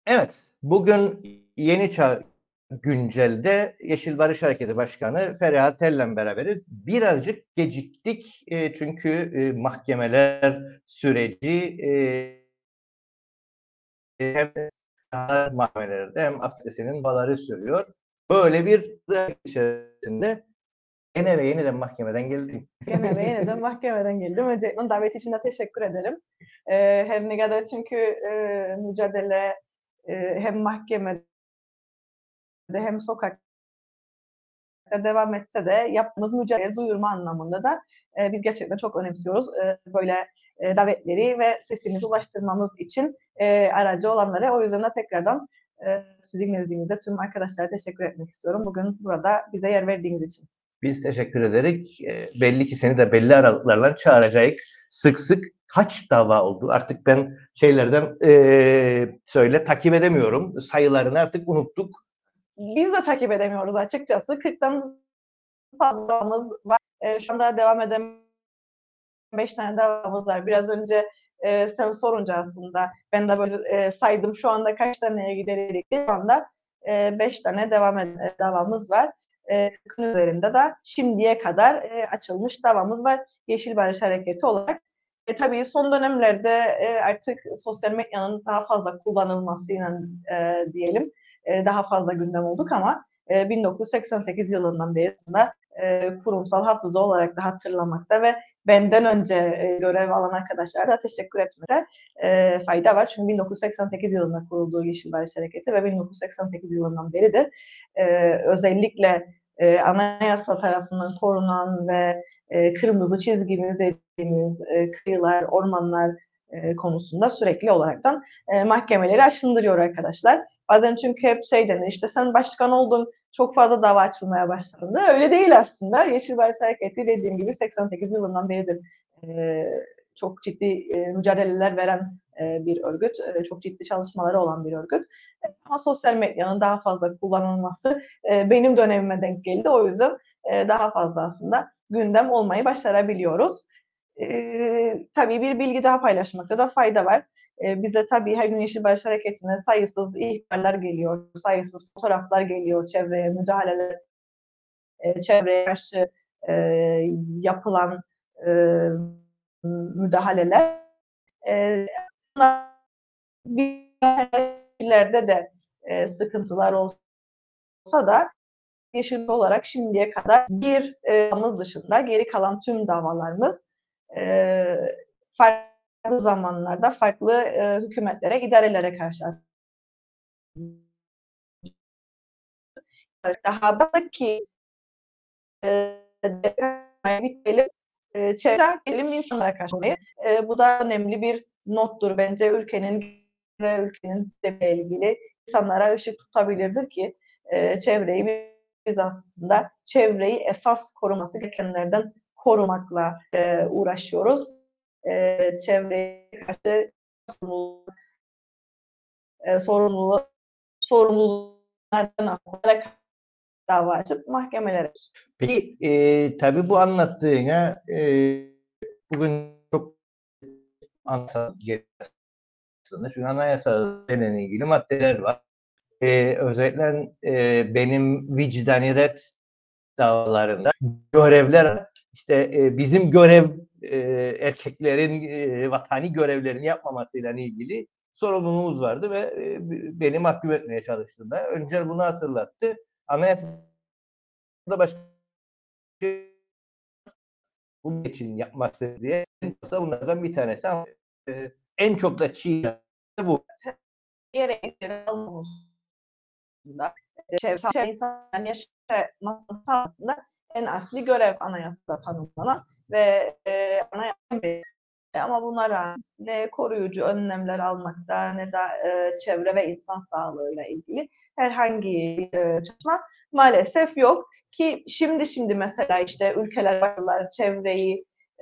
Evet, bugün Yeni Çağ Güncel'de Yeşil Barış Hareketi Başkanı Feriha Tel'le beraberiz. Birazcık geciktik çünkü mahkemeler süreci hem mahkemelerde hem Affet'in baları sürüyor. Böyle bir içerisinde gene ve yeniden mahkemeden geldim. Gene ve yeniden mahkemeden geldim. Öncelikle davet için de teşekkür ederim. Her ne kadar çünkü mücadele hem mahkemede hem sokakta devam etse de yaptığımız mücadele duyurma anlamında da biz gerçekten çok önemsiyoruz. Böyle davetleri ve sesimizi ulaştırmamız için aracı olanlara. O yüzden de tekrardan sizin nezdinizde tüm arkadaşlara teşekkür etmek istiyorum. Bugün burada bize yer verdiğiniz için. Biz teşekkür ederiz. Belli ki seni de belli aralıklarla çağıracağız. Sık sık kaç dava oldu? Artık ben şeylerden takip edemiyorum. Sayılarını artık unuttuk. Biz de takip edemiyoruz açıkçası. 40'tan fazlamız var. Şu anda devam eden 5 tane davamız var. Biraz önce sen sorunca aslında ben de böyle saydım şu anda kaç taneye giderildik. Şu anda 5 tane devam eden davamız var. 40'ın üzerinde de şimdiye kadar açılmış davamız var. Yeşil Barış Hareketi olarak. Tabii son dönemlerde artık sosyal medyanın daha fazla kullanılmasıyla diyelim daha fazla gündem olduk ama 1988 yılından beri aslında kurumsal hafıza olarak da hatırlamakta ve benden önce görev alan arkadaşlara da teşekkür etmede fayda var. Çünkü 1988 yılında kurulduğu Yeşil Barış Hareketi ve 1988 yılından beri de özellikle anayasa tarafından korunan ve kırmızı çizgimiz dediğimiz kıyılar, ormanlar konusunda sürekli olaraktan mahkemeleri aşındırıyor arkadaşlar. Bazen çünkü hep şey denir işte sen başkan oldun çok fazla dava açılmaya başlandı. Öyle değil aslında. Yeşil Barış Hareketi dediğim gibi 88 yılından beridir çok ciddi mücadeleler veren bir örgüt. Çok ciddi çalışmaları olan bir örgüt. Ama sosyal medyanın daha fazla kullanılması benim dönemime denk geldi. O yüzden daha fazla aslında gündem olmayı başarabiliyoruz. Tabii bir bilgi daha paylaşmakta da fayda var. Bize tabii her gün Yeşil Barış Hareketi'ne sayısız ihbarlar geliyor, sayısız fotoğraflar geliyor, çevreye müdahaleler, çevreye karşı e, yapılan e, müdahaleler. E, bir yerlerde de sıkıntılar olsa da Yeşil olarak şimdiye kadar bir davamız dışında geri kalan tüm davalarımız farklı zamanlarda farklı hükümetlere, idarelere karşı daha da ki bitmeli çevre bilim insanlara karşı olmayı. Bu da önemli bir nottur bence ülkenin ve ülkenin sistemiyle ilgili insanlara ışık tutabilirdir ki çevreyi biz aslında çevreyi esas koruması gerekenlerden korumakla uğraşıyoruz. Çevreye karşı sorumluluğu sorumluluklardan atarak dava açıp mahkemelere. Peki tabii bu anlattığına bugün çok anayasa aslında. Çünkü anayasayla ilgili maddeler var. Özellikle benim vicdani ret davalarında görevler işte bizim görev erkeklerin vatani görevlerini yapmamasıyla ilgili sorumluluğumuz vardı ve beni mahkum etmeye çalıştığında önce bunu hatırlattı. Anayasada başka bunun için yapması diye bunlardan bir tanesi ama en çok da çiğ bu. Gerekleri almasında çevresel insan yaşamasını sağlamasında en asli görev anayasada tanımlanan ve anayasa ama buna rağmen ne koruyucu önlemler almakta ne de çevre ve insan sağlığıyla ilgili herhangi bir çalışma maalesef yok ki şimdi mesela işte ülkeler bakıyorlar çevreyi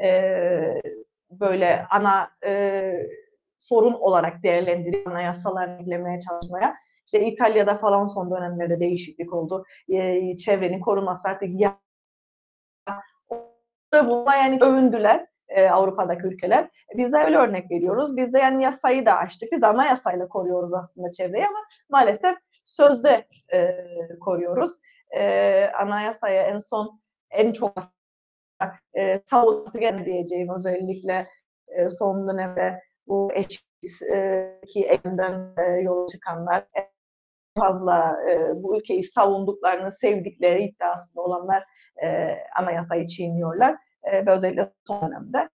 böyle ana sorun olarak değerlendiriyor anayasalar eklemeye çalışmaya. İşte İtalya'da falan son dönemlerde değişiklik oldu. Çevrenin korunması artık ya bununla yani övündüler. Avrupa'daki ülkeler. Biz de öyle örnek veriyoruz. Biz de yani yasayı da açtık. Biz anayasayla koruyoruz aslında çevreyi ama maalesef sözde koruyoruz. Anayasaya en çok savunması diyeceğim özellikle son dönemde bu eşki eylemden yola çıkanlar fazla bu ülkeyi savunduklarını, sevdikleri iddiasında olanlar anayasayı çiğniyorlar. Ve özellikle son dönemde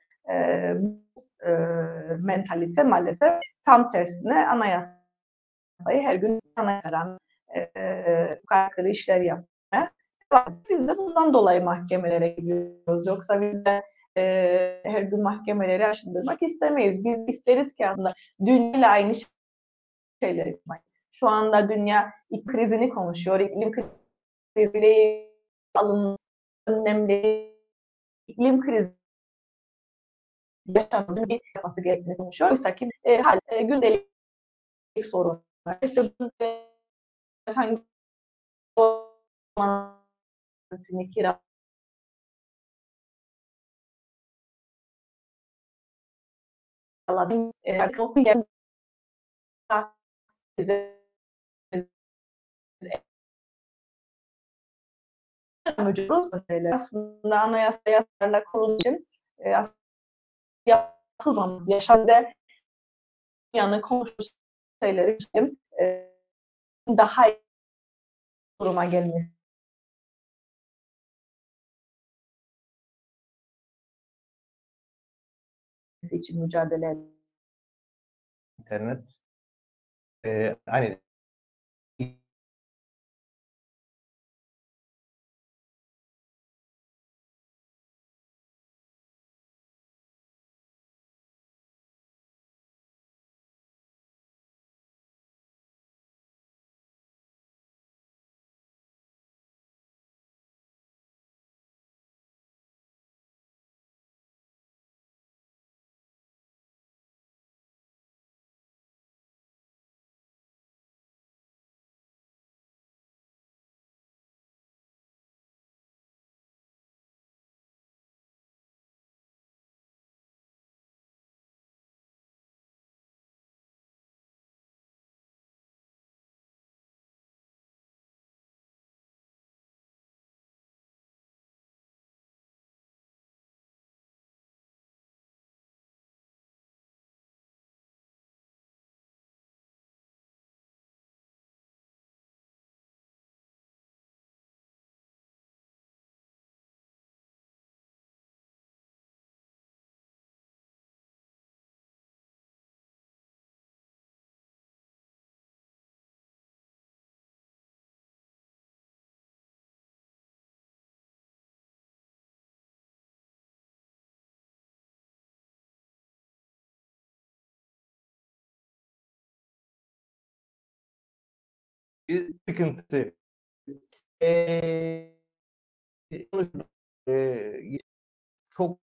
mentalite maalesef tam tersine anayasayı her gün veren aykırı işler yapmaya. Biz de bundan dolayı mahkemelere gidiyoruz. Yoksa biz de her gün mahkemeleri aşındırmak istemeyiz. Biz isteriz ki aslında dünyayla aynı şeyleri yapmayı. Şu anda dünya iklim krizini konuşuyor. İklim kriziyle alınan önlemleri, iklim krizi yaşamının yapması gerektiğini konuşuyor. Oysa ki gündelik sorunlar. İşte hangi kira aslında anayasayla kurulu için yapılmamız, yaşamda dünyanın konuştuğu şeyleri için daha iyi duruma gelmesi için mücadele İnternet hani bir sıkıntı. E, çok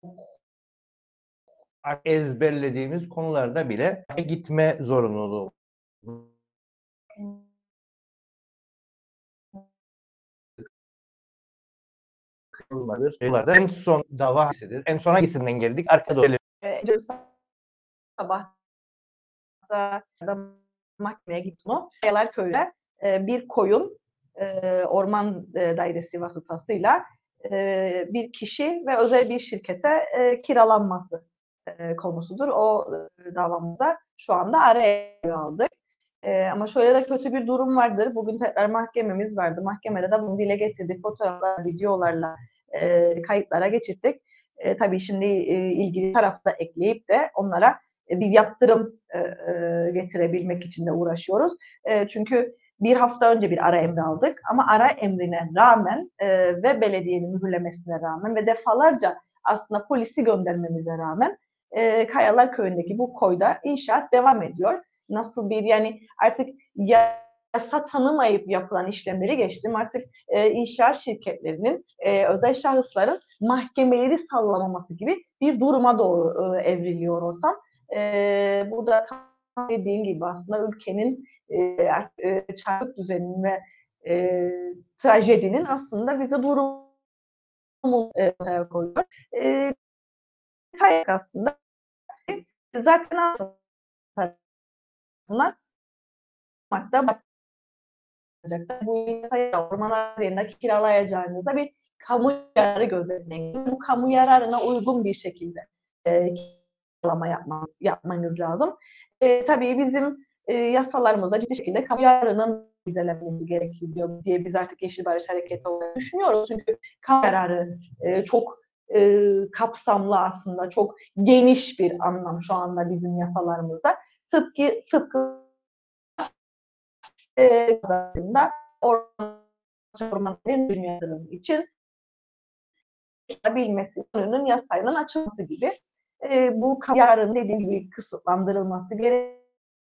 ezberlediğimiz konularda bile gitme zorunluluğu kılmadır. En son dava hangisidir? En son hangisinden geldik? Arkada öyle. sabah mahkemeye gittim. Kayalar Köyü'ne bir koyun orman dairesi vasıtasıyla bir kişi ve özel bir şirkete kiralanması konusudur. O davamıza şu anda ara ev aldık. Ama şöyle de kötü bir durum vardır. Bugün tekrar mahkememiz vardı. Mahkemede de bunu dile getirdik. Fotoğraflar, videolarla kayıtlara geçirdik. Tabii şimdi ilgili tarafta ekleyip de onlara bir yaptırım getirebilmek için de uğraşıyoruz. Çünkü bir hafta önce bir ara emri aldık ama ara emrine rağmen ve belediyenin mühürlemesine rağmen ve defalarca aslında polisi göndermemize rağmen Kayalar Köyü'ndeki bu koyda inşaat devam ediyor. Nasıl bir yani artık yasa tanımayıp yapılan işlemleri geçtim. Artık inşaat şirketlerinin, özel şahısların mahkemeleri sallamaması gibi bir duruma doğru evriliyor ortam. Bu da tam dediğin gibi aslında ülkenin çarpık düzeninin ve trajedinin aslında bize durumu koyuyor. detay aslında zaten aslında da bu yasaya orman arazilerinde kiralayacağınızda bir kamu yararı gözetmeyin. Bu kamu yararına uygun bir şekilde kiralama yapmanız lazım. Tabii bizim yasalarımızda ciddi şekilde kamu yararının izlenmesi gerekiyor diye biz artık Yeşil Barış Hareketi olarak düşünüyoruz. Çünkü kamu yararı çok kapsamlı aslında, çok geniş bir anlam şu anda bizim yasalarımızda. Tıpkı aslında ormanların dünyasının için bilmesinin yasayla açılması gibi bu kararın dediğim gibi kısıtlandırılması gerekiyor.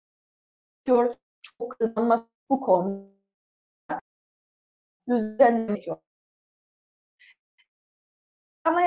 Çok hızlanması bu konuda düzenleniyor. Ama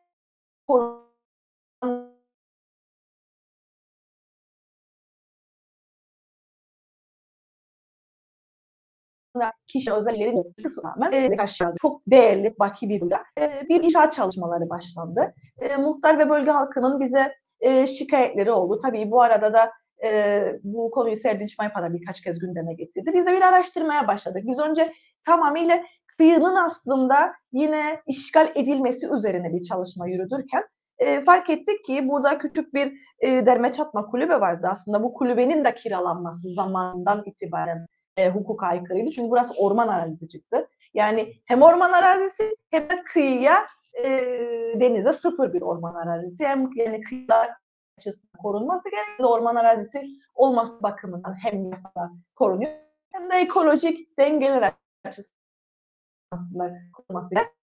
kişi özellikleri kısmen karşıladı. Çok değerli, baki bir inşaat çalışmaları başlandı. Muhtar ve bölge halkının bize şikayetleri oldu. Tabii bu arada da bu konuyu Serdinç Maypa da birkaç kez gündeme getirdi. Biz de bir araştırmaya başladık. Biz önce tamamıyla kıyının aslında yine işgal edilmesi üzerine bir çalışma yürütürken fark ettik ki burada küçük bir derme çatma kulübe vardı. Aslında bu kulübenin de kiralanması zamanından itibaren hukuka aykırıydı. Çünkü burası orman arazisi çıktı. Yani hem orman arazisi hem de kıyıya denize sıfır bir orman arazisi. Yani kıyılar açısından korunması gerekiyor. Orman arazisi olması bakımından hem yasada korunuyor hem de ekolojik dengeler açısından aslında korunması gerekiyor.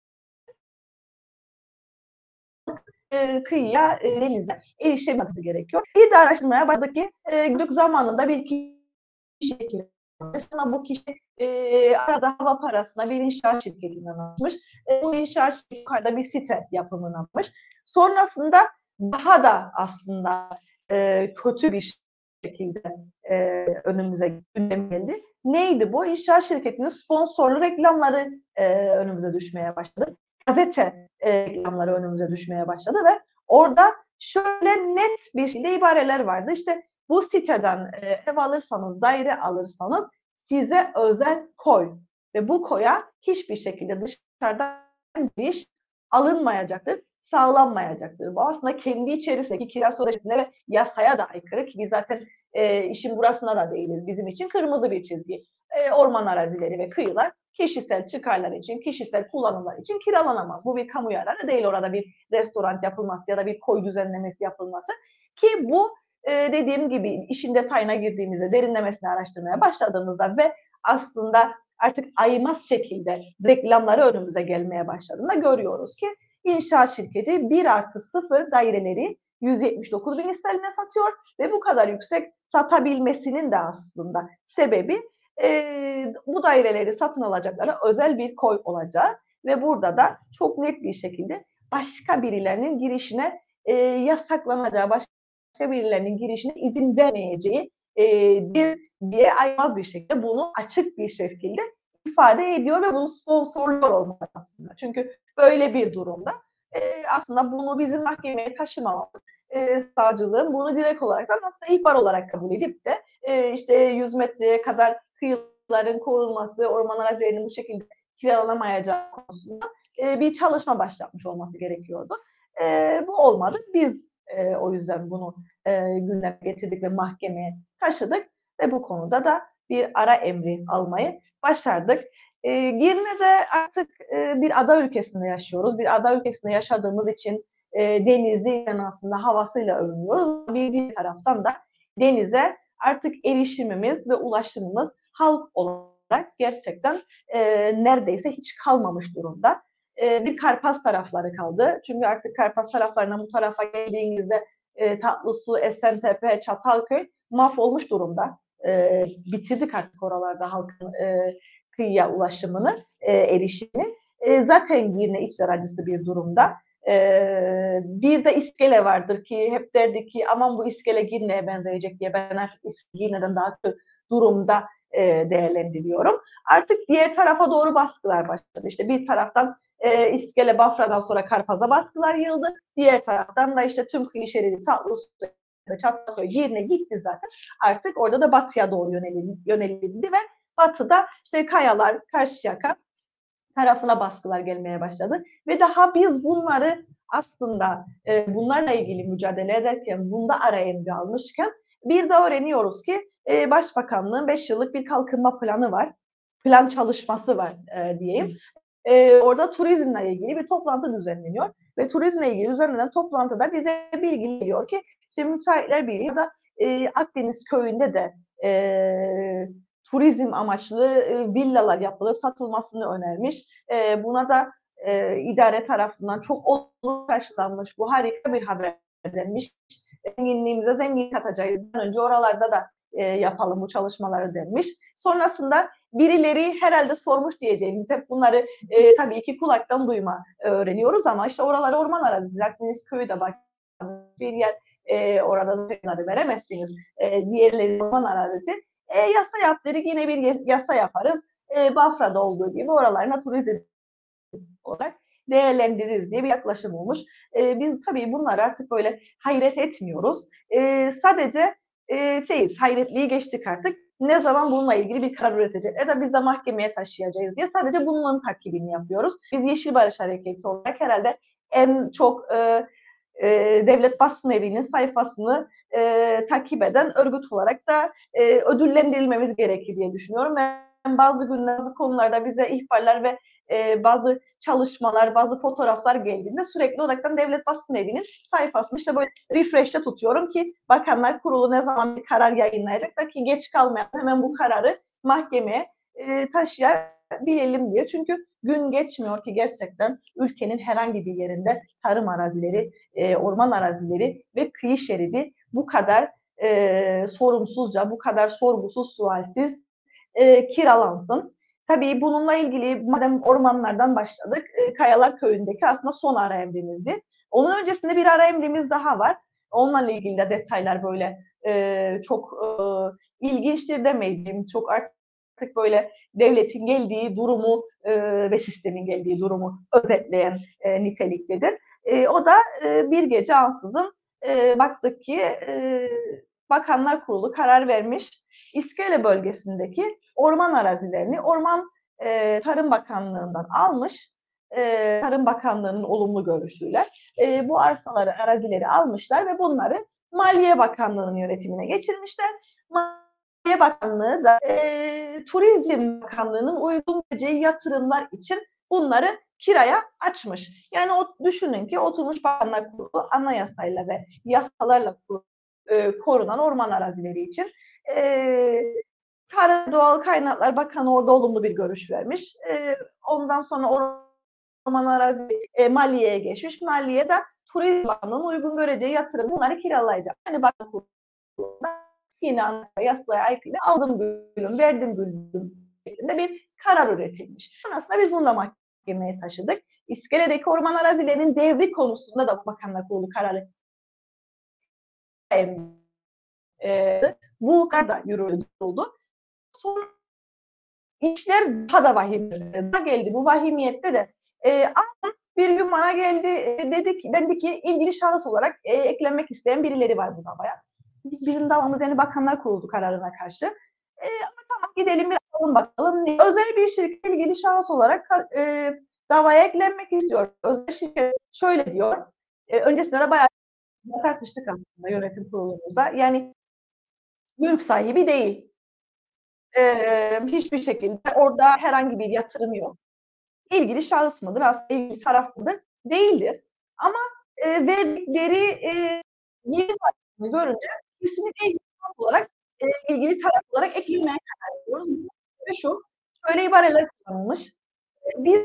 Kıyıya, denize erişebilmesi gerekiyor. Bir de araştırmaya başladık ki günlük zamanında bir kişi ama bu kişi arada hava parasına bir inşaat şirketinden almış. Bu inşaat şirketi yukarıda bir site yapımını almış. Sonrasında daha da aslında kötü bir şekilde önümüze gündem geldi. Neydi bu? İnşaat şirketinin sponsorlu reklamları önümüze düşmeye başladı. Gazete reklamları önümüze düşmeye başladı ve orada şöyle net bir şekilde ibareler vardı. İşte bu siteden ev alırsanız, daire alırsanız size özel koy ve bu koya hiçbir şekilde dışarıdan giriş alınmayacaktır, sağlanmayacaktır. Bu aslında kendi içerisindeki kira sözleşmesine ve yasaya da aykırı ki biz zaten işin burasına da değiliz. Bizim için kırmızı bir çizgi. Orman arazileri ve kıyılar kişisel çıkarlar için, kişisel kullanımlar için kiralanamaz. Bu bir kamu yararı değil. Orada bir restoran yapılması ya da bir koy düzenlemesi yapılması ki bu dediğim gibi işin detayına girdiğimizde, derinlemesine araştırmaya başladığımızda ve aslında artık aymaz şekilde reklamları önümüze gelmeye başladığında görüyoruz ki inşaat şirketi 1+0 daireleri 179 bin sterline satıyor ve bu kadar yüksek satabilmesinin de aslında sebebi bu daireleri satın alacaklara özel bir koy olacağı ve burada da çok net bir şekilde başka birilerinin girişine yasaklanacağı, başka birilerinin girişine izin vermeyeceği diye aymaz bir şekilde bunu açık bir şekilde ifade ediyor ve bunu sponsorluyor olmalı aslında. Çünkü böyle bir durumda aslında bunu bizim mahkemeye taşımamamız, savcılığın bunu direkt olarak aslında ihbar olarak kabul edip de işte 100 metreye kadar kıyıların korunması, orman arazilerinin bu şekilde kiralanamayacağı konusunda bir çalışma başlatmış olması gerekiyordu. Bu olmadı. Biz o yüzden bunu gündeme getirdik ve mahkemeye taşıdık ve bu konuda da bir ara emri almayı başardık. Girne'de artık bir ada ülkesinde yaşıyoruz. Bir ada ülkesinde yaşadığımız için deniziyle aslında havasıyla övünüyoruz. Bir taraftan da denize artık erişimimiz ve ulaşımımız halk olarak gerçekten neredeyse hiç kalmamış durumda. Bir Karpaz tarafları kaldı. Çünkü artık Karpaz taraflarına bu tarafa geldiğinizde Tatlısu, Esentepe, Çatalköy mahvolmuş durumda. Bitirdik artık oralarda halkın kıyıya ulaşımını, erişimini. Zaten yine içler acısı bir durumda. Bir de iskele vardır ki hep derdik ki aman bu iskele Girne'ye benzeyecek diye ben artık Girne'den daha kötü durumda değerlendiriyorum. Artık diğer tarafa doğru baskılar başladı. İşte bir taraftan İskele Bafra'dan sonra Karpaz'a baskılar yığıldı. Diğer taraftan da işte tüm kıyı şeridi Tatlısu, Çatalköy, Girne gitti zaten. Artık orada da batıya doğru yönelildi ve batıda işte Kayalar, Karşıyaka tarafına baskılar gelmeye başladı. Ve daha biz bunları aslında bunlarla ilgili mücadele ederken, bunda ara emri almışken bir de öğreniyoruz ki Başbakanlığın 5 yıllık bir kalkınma planı var. Plan çalışması var diyeyim. Orada turizmle ilgili bir toplantı düzenleniyor. Ve turizmle ilgili düzenlenen toplantıda bize bilgi geliyor ki işte Müteahhitler Birliği ya da Akdeniz köyünde de turizm amaçlı villalar yapılıp satılmasını önermiş. Buna da idare tarafından çok olumlu karşılanmış. Bu harika bir haber denmiş. Zenginliğimize zenginlik katacağız. Önce oralarda da yapalım bu çalışmaları denmiş. Sonrasında birileri herhalde sormuş diyeceğimiz hep bunları tabii ki kulaktan duyma öğreniyoruz ama işte oraları orman arazisi. Akdeniz köyü de bak bir yer orada da veremezsiniz. Diğerleri orman arazisi. Yasa yap dedik yine bir yasa yaparız. Bafra'da olduğu gibi oralarına turizm olarak değerlendiririz diye bir yaklaşım olmuş. Biz tabii bunlar artık böyle hayret etmiyoruz. Sadece hayretliği geçtik artık. Ne zaman bununla ilgili bir karar üretecek ya da biz de mahkemeye taşıyacağız diye sadece bunların takibini yapıyoruz. Biz Yeşil Barış Hareketi olarak herhalde en çok Devlet Basın Evi'nin sayfasını takip eden örgüt olarak da ödüllendirilmemiz gerekir diye düşünüyorum. Bazı günler, bazı konularda bize ihbarlar ve bazı çalışmalar, bazı fotoğraflar geldiğinde sürekli olarak Devlet Basın Evi'nin sayfasını işte böyle refresh'te tutuyorum ki Bakanlar Kurulu ne zaman bir karar yayınlayacak da ki geç kalmayan hemen bu kararı mahkemeye taşıyabilelim diye. Çünkü gün geçmiyor ki gerçekten ülkenin herhangi bir yerinde tarım arazileri, orman arazileri ve kıyı şeridi bu kadar sorumsuzca, bu kadar sorgusuz, sualsiz kiralansın. Tabii bununla ilgili madem ormanlardan başladık, Kayalar Köyü'ndeki aslında son ara emrimizdi. Onun öncesinde bir ara emrimiz daha var. Onunla ilgili de detaylar böyle çok ilginçtir demeyeceğim, çok artık böyle devletin geldiği durumu ve sistemin geldiği durumu özetleyen niteliktedir. O da bir gece ansızın baktık ki Bakanlar Kurulu karar vermiş. İskele bölgesindeki orman arazilerini Orman Tarım Bakanlığı'ndan almış. Tarım Bakanlığı'nın olumlu görüşüyle bu arsaları, arazileri almışlar ve bunları Maliye Bakanlığı'nın yönetimine geçirmişler. Maliye Bakanlığı da Turizm Bakanlığı'nın uygun göreceği yatırımlar için bunları kiraya açmış. Yani düşünün ki oturmuş Bakanlar Kurulu anayasayla ve yasalarla korunan orman arazileri için Tarım Doğal Kaynaklar Bakanı orada olumlu bir görüş vermiş. Ondan sonra orman arazi Maliye'ye geçmiş. Maliye de Turizm Bakanlığı'nın uygun göreceği yatırım bunları kiralayacak. Yani Bakan Kurulu'nda yine yasaya aykırı aldım gülüm, verdim gülüm şeklinde bir karar üretilmiş. Sonrasında biz bunu da mahkemeye taşıdık. İskele'deki orman arazilerinin devri konusunda da Bakanlar Kurulu kararı bu kadar da yürütüldü. Sonra işler daha da vahim geldi. Bu vahimiyette de bir gün bana geldi dendi ki ilgili şahıs olarak eklenmek isteyen birileri var bu davaya. Bizim davamız yani Bakanlar Kurulu kararına karşı. Ama tamam gidelim bir alalım bakalım. Özel bir şirket ilgili şahıs olarak davaya eklenmek istiyor. Özel şirket şöyle diyor. Öncesinde de bayağı tartıştık aslında yönetim kurulumuzda. Yani mülk sahibi değil. Hiçbir şekilde orada herhangi bir yatırım yok. İlgili şahıs mıdır, aslında ilgili taraf mıdır? Değildir. Ama verdikleri yeni başlığını görünce kesinlikle ilgili taraf olarak ilgili taraf olarak eklemeye karar veriyoruz. Ve şöyle ibareler kullanılmış. Biz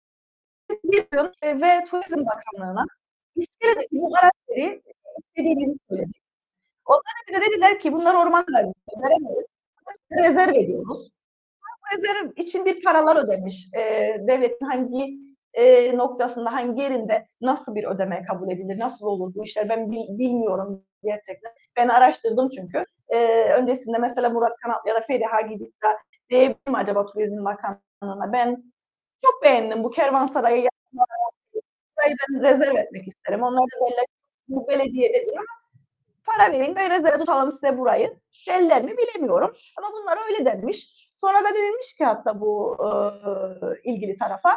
ve Turizm Bakanlığı'na İskele'deki bu araçları istediğimizi söyledik. Onlar bize dediler ki bunlar orman arazisi veremeyiz. Rezerv ediyoruz. Rezerv için bir paralar ödemiş. Devletin hangi noktasında, hangi yerinde nasıl bir ödeme kabul edilir, nasıl olur bu işler ben bilmiyorum gerçekten. Ben araştırdım çünkü. Öncesinde mesela Murat Kanatlı ya da Feriha gidip de diyebilir mi acaba Turizm Bakanlığı'na? Ben çok beğendim bu kervansarayı Burayı ben rezerv etmek isterim. Onlar da derler bu belediye dedi ama para verin ve rezerve tutalım size burayı. Derler mi bilemiyorum. Ama bunlar öyle demiş. Sonra da denilmiş ki hatta bu ilgili tarafa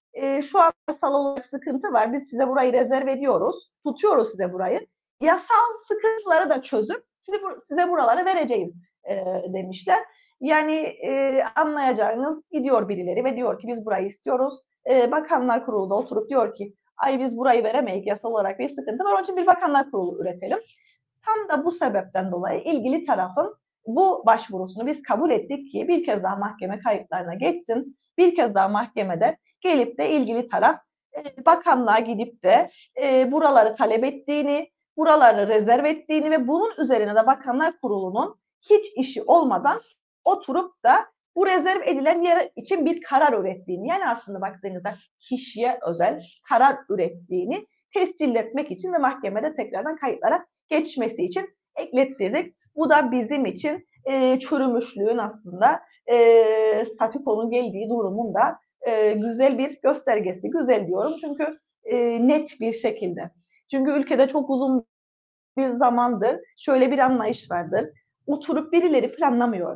şu an yasal olarak sıkıntı var. Biz size burayı rezerv ediyoruz. Tutuyoruz size burayı. Yasal sıkıntıları da çözüp size buraları vereceğiz demişler. Yani anlayacağınız gidiyor birileri ve diyor ki biz burayı istiyoruz. Bakanlar Kurulu da oturup diyor ki ay biz burayı veremeyiz yasal olarak bir sıkıntı var. Onun için bir Bakanlar Kurulu üretelim. Tam da bu sebepten dolayı ilgili tarafın bu başvurusunu biz kabul ettik ki bir kez daha mahkeme kayıtlarına geçsin. Bir kez daha mahkemede gelip de ilgili taraf bakanlığa gidip de buraları talep ettiğini, buraları rezerv ettiğini ve bunun üzerine de Bakanlar Kurulu'nun hiç işi olmadan oturup da bu rezerv edilen yer için bir karar ürettiğini, yani aslında baktığınızda kişiye özel karar ürettiğini tescil etmek için ve mahkemede tekrardan kayıtlara geçmesi için eklettirdik. Bu da bizim için çürümüşlüğün aslında statükonun geldiği durumun da güzel bir göstergesi. Güzel diyorum çünkü net bir şekilde. Çünkü ülkede çok uzun bir zamandır şöyle bir anlayış vardır. Oturup birileri planlamıyor.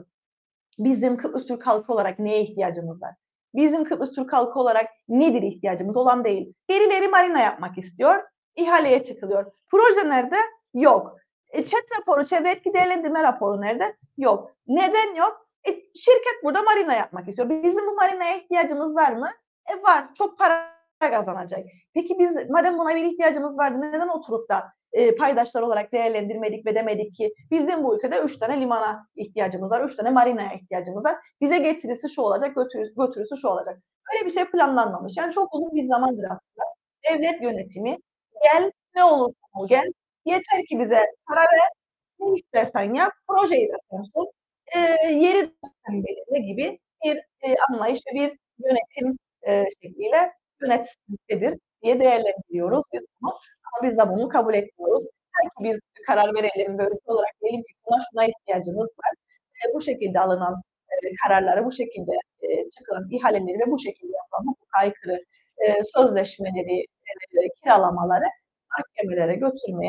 Bizim Kıbrıs Türk halkı olarak neye ihtiyacımız var? Bizim Kıbrıs Türk halkı olarak nedir ihtiyacımız olan değil. Birileri marina yapmak istiyor, ihaleye çıkılıyor. Proje nerede? Yok. ÇED raporu, çevre etki değerlendirme raporu nerede? Yok. Neden yok? Şirket burada marina yapmak istiyor. Bizim bu marinaya ihtiyacımız var mı? Var. Çok para kazanacak. Peki biz madem buna bir ihtiyacımız vardı neden oturup da paydaşlar olarak değerlendirmedik ve demedik ki bizim bu ülkede 3 tane limana ihtiyacımız var, 3 tane marinaya ihtiyacımız var. Bize getirisi şu olacak, götürüsü şu olacak. Öyle bir şey planlanmamış. Yani çok uzun bir zamandır aslında devlet yönetimi gel ne olursa ol gel yeter ki bize para ver, ne istersen yap, projeyi de sen sun, yeri de sen belirle gibi bir anlayış ve bir yönetim şekliyle yönetmektedir diye değerlendiriyoruz biz bunu. Ama biz de bunu kabul etmiyoruz. Sanki biz karar verelim, böyle olarak diyelim ki şuna ihtiyacımız var. Bu şekilde alınan kararları, bu şekilde çıkılan ihaleleri ve bu şekilde yapılan hukuka aykırı sözleşmeleri, kiralamaları mahkemelere götürmeye,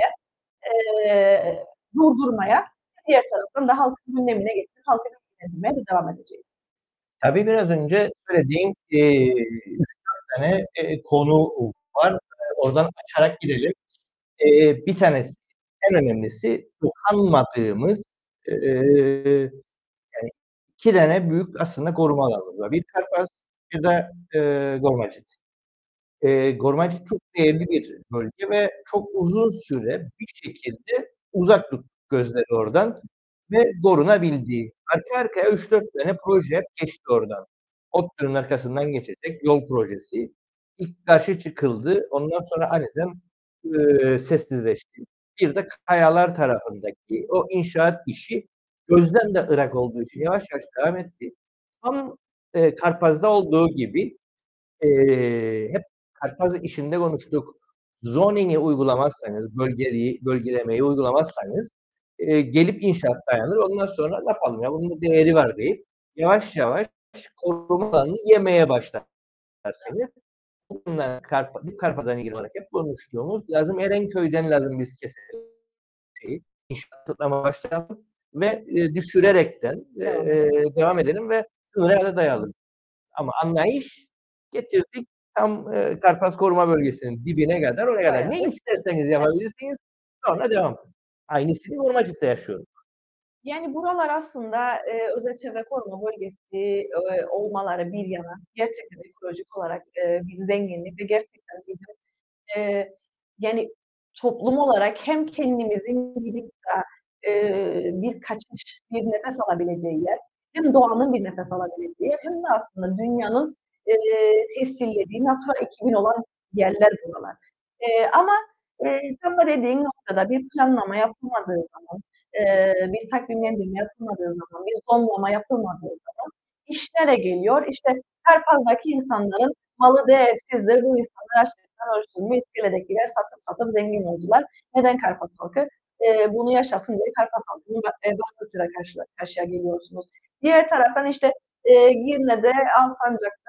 durdurmaya, diğer taraftan da halkın gündemine getirip halkı bilgilendirmeye de devam edeceğiz. Tabii biraz önce söylediğin 3-4 tane konu var. Oradan açarak gidelim. Bir tanesi, en önemlisi dokanmadığımız yani 2 tane büyük aslında koruma alanımız var. Bir Karpaz, bir de Gormacit. Gormacit çok değerli bir bölge ve çok uzun süre bir şekilde uzak tuttuk gözleri oradan ve korunabildi. Arka arkaya 3-4 tane proje geçti oradan. ODTÜ'nün arkasından geçecek yol projesi. İlk karşı çıkıldı. Ondan sonra aniden sessizleşti. Bir de Kayalar tarafındaki o inşaat işi gözden de ırak olduğu için yavaş yavaş devam etti. Tam Karpaz'da olduğu gibi hep Karpaz işinde konuştuk. Zoning'i uygulamazsanız, bölgelemeyi uygulamazsanız gelip inşaat dayanır. Ondan sonra ne yapalım ya bunun değeri var deyip yavaş yavaş koruma alanını yemeye başlarsınız. Bundan Karpaz'dan ilgili olarak hep konuştuğumuz lazım. Erenköy'den lazım biz keselim şeyi. İnşaatlamaya başlayalım ve düşürerekten devam edelim ve sınıra da dayalım. Ama anlayış getirdik tam Karpaz Koruma Bölgesi'nin dibine kadar oraya kadar. Ne isterseniz yapabilirsiniz. Sonra devam. Aynısını Ormacık'ta yaşıyoruz. Yani buralar aslında özel çevre koruma bölgesi olmaları bir yana gerçekten ekolojik olarak bir zenginlik ve gerçekten bizim yani toplum olarak hem kendimizin gidip de bir kaçış, bir nefes alabileceği yer, hem doğanın bir nefes alabileceği yer, hem de aslında dünyanın tescillediği Natura 2000 olan yerler buralar. Ama tam da dediğin noktada bir planlama yapılmadığı zaman, bir takvimlendirme yapılmadığı zaman, bir zonlama yapılmadığı zaman iş nereye geliyor? İşte Karpaz'daki insanların malı değersizdir. Bu insanlar açlıktan ölsün mü? İskeledekiler satıp zengin oldular. Neden Karpaz halkı? Bunu yaşasın diye Karpaz halkının baskısıyla karşıya geliyorsunuz. Diğer taraftan işte Girne'de, Alsancak'ta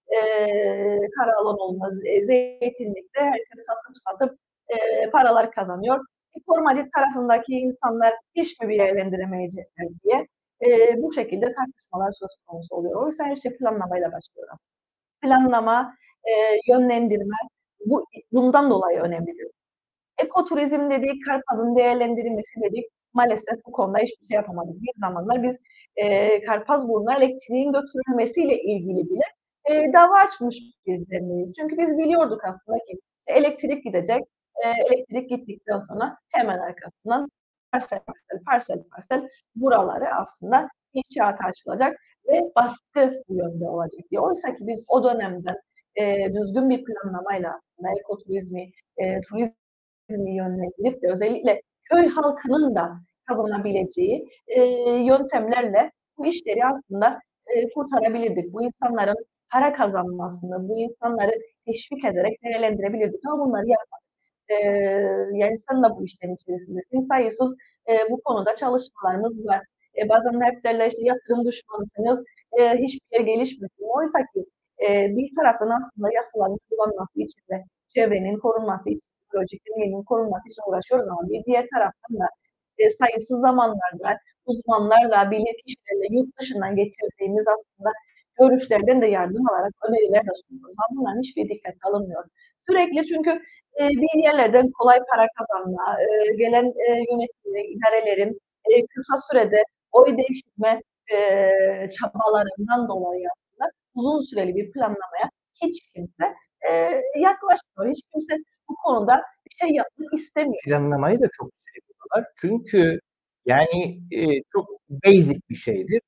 kara alan olmaz, zeytinlikte herkes satıp paralar kazanıyor. Korumacı tarafındaki insanlar hiç mi bir değerlendiremeyecekler diye bu şekilde tartışmalar söz konusu oluyor. Oysa her şey planlamayla başlıyor aslında. Planlama, yönlendirme bundan dolayı önemlidir. Ekoturizm dedik, Karpaz'ın değerlendirilmesi dedik. Maalesef bu konuda hiçbir şey yapamadık. Bir zamanlar biz Karpazburnu'na elektriğin götürülmesiyle ilgili bile dava açmış bizleriyiz. Çünkü biz biliyorduk aslında ki elektrik gidecek. Elektrik gittikten sonra hemen arkasından parsel buraları aslında inşaata açılacak ve baskı bu yönde olacak diye. Oysa ki biz o dönemden düzgün bir planlamayla aslında ekoturizmi, turizmi yönlendirip de özellikle köy halkının da kazanabileceği yöntemlerle bu işleri aslında kurtarabilirdik. Bu insanların para kazanmasını, bu insanları teşvik ederek değerlendirebilirdik. Ama bunları yapmadık. Yani sen de bu işlerin içerisindesin. Sayısız bu konuda çalışmalarımız var. Bazen hep derler işte yatırım düşmanısınız, hiçbir yer gelişmesin. Oysa ki bir taraftan aslında yasaların kullanılması için de çevrenin korunması için, ekolojik korunması için uğraşıyoruz ama bir diğer taraftan da sayısız zamanlarda uzmanlarla, bilim kişilerle yurt dışından getirdiğimiz aslında görüşlerden de yardım alarak öneriler de sunuyoruz. Ama bunların hiçbir dikkat alınmıyor. Sürekli çünkü bir yerlerden kolay para kazanma, gelen yönetimlerin, idarelerin kısa sürede oy devşirme çabalarından dolayı aslında uzun süreli bir planlamaya hiç kimse yaklaşmıyor. Hiç kimse bu konuda bir şey yapmak istemiyor. Planlamayı da çok seviyorlar. Çünkü yani çok basic bir şeydir.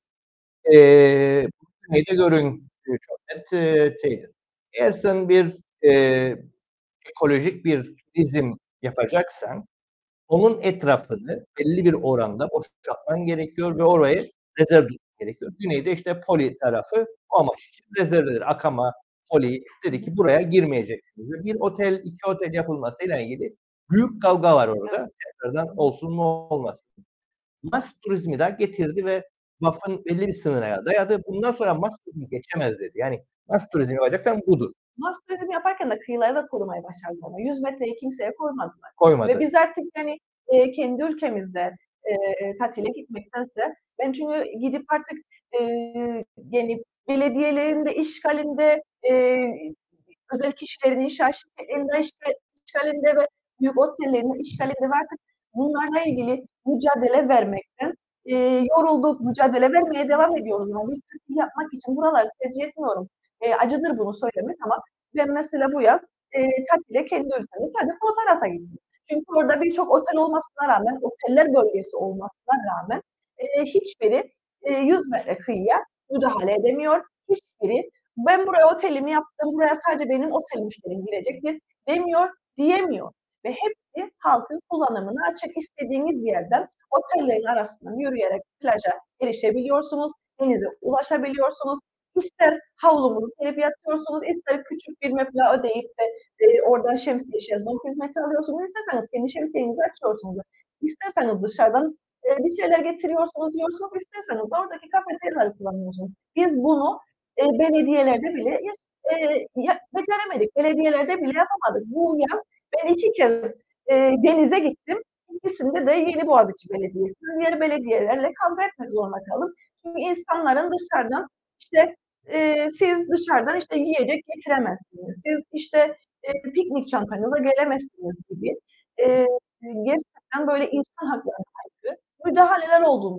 Neyde görün çok net şeydir. Eğer sen bir ekolojik bir turizm yapacaksan onun etrafını belli bir oranda boşaltman gerekiyor ve orayı rezerv tutman gerekiyor. Güneyde işte Poli tarafı o amaç için rezervdir. Akama, Poli dedi ki buraya girmeyeceksiniz. Bir otel, iki otel yapılmasıyla ilgili büyük kavga var orada. Tekrardan olsun mu olmasın. Mas turizmi de getirdi ve VAF'ın belli bir sınıra dayadı. Bundan sonra mas turizmi geçemez dedi. Yani mas turizmi yapacaksan budur. Mas turizmi yaparken de kıyıları da korumayı başardı ama 100 metreyi kimseye koymadılar. Koymadı. Ve biz artık yani kendi ülkemizde tatile gitmektense ben çünkü gidip artık yani belediyelerin de işgalinde özel kişilerin inşaat şirketlerinde işgalinde ve büyük otellerin işgalinde ve artık bunlarla ilgili mücadele vermekten yorulduk, mücadele vermeye devam ediyoruz. Ama bir tatil yapmak için buraları tercih etmiyorum. Acıdır bunu söylemek ama ben mesela bu yaz tatile kendi ülkemde sadece Fotoğraf'a gittim. Çünkü orada birçok otel olmasına rağmen, oteller bölgesi olmasına rağmen hiçbiri 100 metre kıyıya müdahale edemiyor. Hiçbiri ben buraya otelimi yaptım, buraya sadece benim otel müşterim girecektir demiyor, diyemiyor. Ve hepsi halkın kullanımına açık. İstediğiniz yerden otellerin arasından yürüyerek plaja erişebiliyorsunuz, denize ulaşabiliyorsunuz. İster havlumuzu serip yatıyorsunuz, ister küçük bir meblağ ödeyip de oradan şemsiye, şezlong hizmeti alıyorsunuz. İsterseniz kendi şemsiyenizi açıyorsunuz. İsterseniz dışarıdan bir şeyler getiriyorsunuz, yiyorsunuz. İsterseniz de oradaki kafeteryaları kullanıyorsunuz. Biz bunu belediyelerde bile beceremedik. Belediyelerde bile yapamadık. Bu yaz ben 2 kez denize gittim. İkisinde de Yeni Boğaziçi Belediyesi, diğer belediyelerle kavga etmek zorunda kaldım. Çünkü insanların dışarıdan işte siz dışarıdan işte yiyecek getiremezsiniz. Siz işte piknik çantanıza gelemezsiniz gibi gerçekten böyle insan haklarına aykırı müdahaleler olduğunu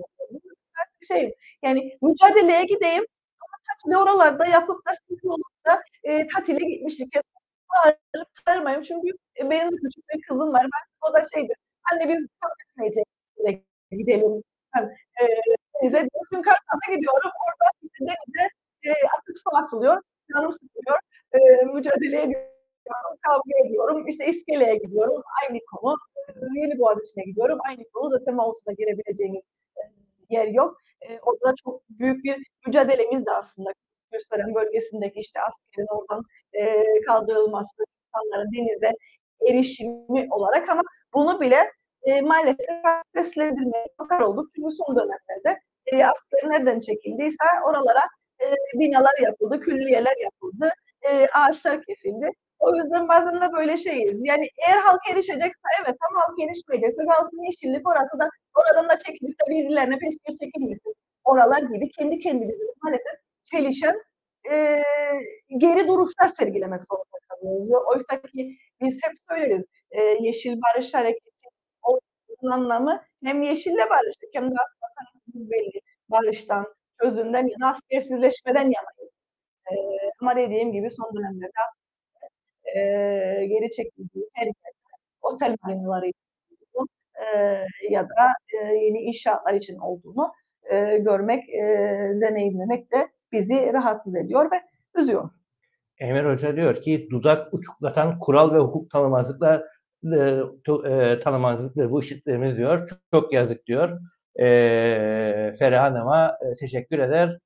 şey yani mücadeleye gideyim ama tatili oralarda yapıp da sizin olup da tatile gitmiştik. Bağırıp çağırmayayım çünkü benim de küçük bir kızım var. Ben, o da şeydir. Anne biz kamp etmeyecek gidelim. Yani, denize bütün Kartal'a gidiyorum. Orada işte denize atık su atılıyor. Canım sıkılıyor. Mücadele ediyorum. Kavga ediyorum. İşte iskeleye gidiyorum. Aynı konu. Yeni Boğaziçi'ne gidiyorum. Aynı konu. Zaten Mausus'a girebileceğiniz yer yok. Orada çok büyük bir mücadelemiz de aslında Gürseven bölgesindeki işte askerin oradan kaldırılması, insanların denize erişimi olarak ama bunu bile maalesef seslendirmeye bakar olduk. Çünkü son dönemlerde asker nereden çekildiyse oralara binalar yapıldı, külliyeler yapıldı, ağaçlar kesildi. O yüzden bazen de böyle şeyiz. Yani eğer halk erişecekse evet ama halk erişmeyecekse kalsın yeşillik orası da oradan da çekilip de birilerine peşkeş çekilmesin. Oralar gibi kendi kendimize maalesef çelişen e, geri duruşlar sergilemek zorunda kalıyoruz. Oysa ki biz hep söyleriz Yeşil Barış Hareketi onun anlamı hem yeşille barıştık hem de aslında belli barıştan, çözümden yana, askersizleşmeden yanayız. Ama dediğim gibi son dönemlerde geri çekildiği her yer otel marinaları için ya da yeni inşaatlar için olduğunu görmek, deneyimlemek de bizi rahatsız ediyor ve üzüyor. Emir Hoca diyor ki dudak uçuklatan kural ve hukuk tanımazlıkları bu işitlerimiz diyor. Çok yazık diyor. Feriha Hanım'a teşekkür eder.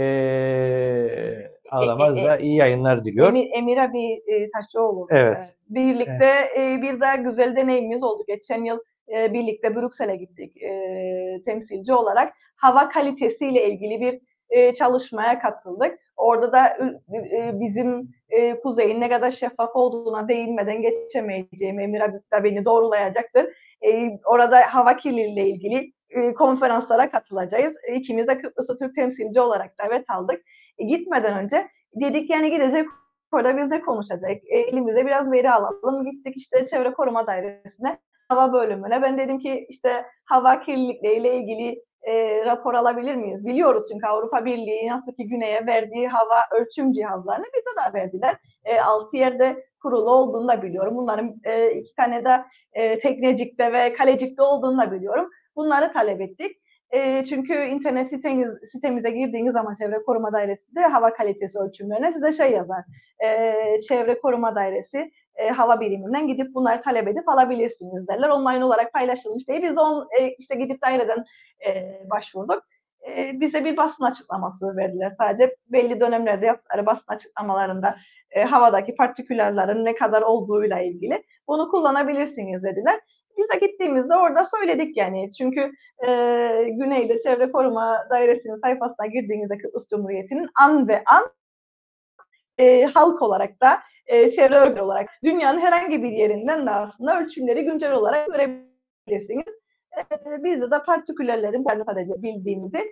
Ağlamaz da iyi yayınlar diliyor. Emir abi Taşçıoğlu. Evet. Birlikte bir daha güzel deneyimimiz oldu. Geçen yıl birlikte Brüksel'e gittik temsilci olarak. Hava kalitesiyle ilgili bir çalışmaya katıldık. Orada da bizim kuzeyin ne kadar şeffaf olduğuna değinmeden geçemeyeceğim. Emir abi de beni doğrulayacaktır. Orada hava kirliliğiyle ilgili konferanslara katılacağız. İkimiz de Kıbrıs'ı Türk temsilci olarak davet aldık. Gitmeden önce dedik yani gidecek orada biz de konuşacak. Elimize biraz veri alalım. Gittik işte Çevre Koruma Dairesi'ne, hava bölümüne. Ben dedim ki işte hava kirlilikleriyle ilgili rapor alabilir miyiz? Biliyoruz çünkü Avrupa Birliği nasıl ki güneye verdiği hava ölçüm cihazlarını bize de verdiler. 6 yerde kurulu olduğunu da biliyorum. Bunların 2 tane de Teknecik'te ve Kalecik'te olduğunu da biliyorum. Bunları talep ettik. Çünkü internet sitemize girdiğiniz zaman Çevre Koruma Dairesi'nde hava kalitesi ölçümlerine size şey yazar. Çevre Koruma Dairesi hava biriminden gidip bunları talep edip alabilirsiniz derler. Online olarak paylaşılmış değil. Biz işte gidip daireden başvurduk. Bize bir basın açıklaması verdiler. Sadece belli dönemlerde yaptıkları basın açıklamalarında havadaki partiküllerin ne kadar olduğuyla ilgili bunu kullanabilirsiniz dediler. Biz de gittiğimizde orada söyledik yani. Çünkü Güney'de Çevre Koruma Dairesi'nin sayfasına girdiğinizde Kıbrıs Cumhuriyeti'nin an ve an halk olarak da çevre örgütü olarak dünyanın herhangi bir yerinden de aslında ölçümleri güncel olarak görebilirsiniz. Bizde de partiküllerin sadece bildiğimizi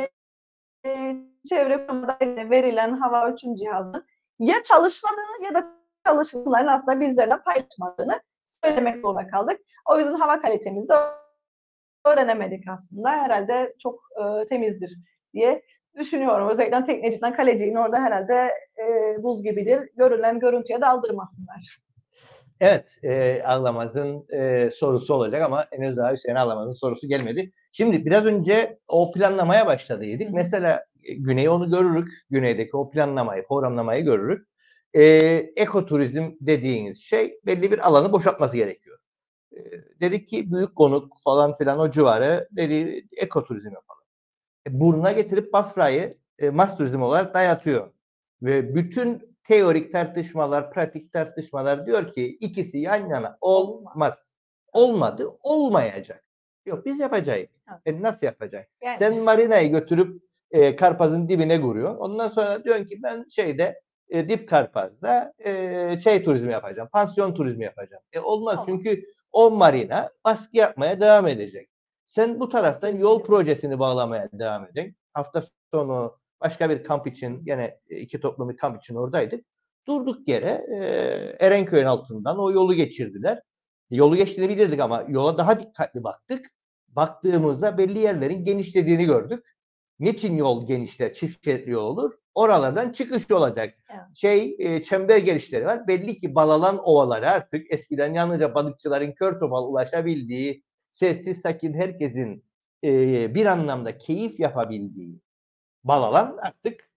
çevre koruma verilen hava ölçüm cihazının ya çalışmadığını ya da çalışmaların aslında bizlerle paylaşmadığını söylemek zorunda kaldık. O yüzden hava kalitemizi öğrenemedik aslında. Herhalde çok temizdir diye düşünüyorum. Özellikle Teknecik'ten Kaleci'nin orada herhalde buz gibidir. Görünen görüntüye de aldırmasınlar. Evet, Ağlamaz'ın sorusu olacak ama henüz daha Hüseyin Ağlamaz'ın sorusu gelmedi. Şimdi biraz önce o planlamaya başladıydık. Mesela Güney onu görürük. Güneydeki o planlamayı, programlamayı görürük. Ekoturizm dediğiniz şey belli bir alanı boşaltması gerekiyor. Dedik ki büyük konuk falan filan o civarı dedi ekoturizm yapalım. Burnuna getirip Bafra'yı mas turizm olarak dayatıyor. Ve bütün teorik tartışmalar, pratik tartışmalar diyor ki ikisi yan yana olmaz. Olmadı, olmayacak. Yok biz yapacağız. Nasıl yapacağız? Yani. Sen marinayı götürüp Karpaz'ın dibine kuruyorsun. Ondan sonra diyorsun ki ben Dip Karpaz'da turizmi yapacağım. Pansiyon turizmi yapacağım. Olmaz çünkü o marina baskı yapmaya devam edecek. Sen bu taraftan yol projesini bağlamaya devam edin. Hafta sonu başka bir kamp için gene iki toplum bir kamp için oradaydık. Durduk yere Erenköy'ün altından o yolu geçirdiler. Yolu geçtiğini bilirdik ama yola daha dikkatli baktık. Baktığımızda belli yerlerin genişlediğini gördük. Niçin yol genişler, çift şeritli yol olur? Oralardan çıkış olacak. Evet. Çember gelişleri var. Belli ki Balalan ovaları artık eskiden yalnızca balıkçıların kör topal ulaşabildiği, sessiz sakin herkesin bir anlamda keyif yapabildiği Balalan artık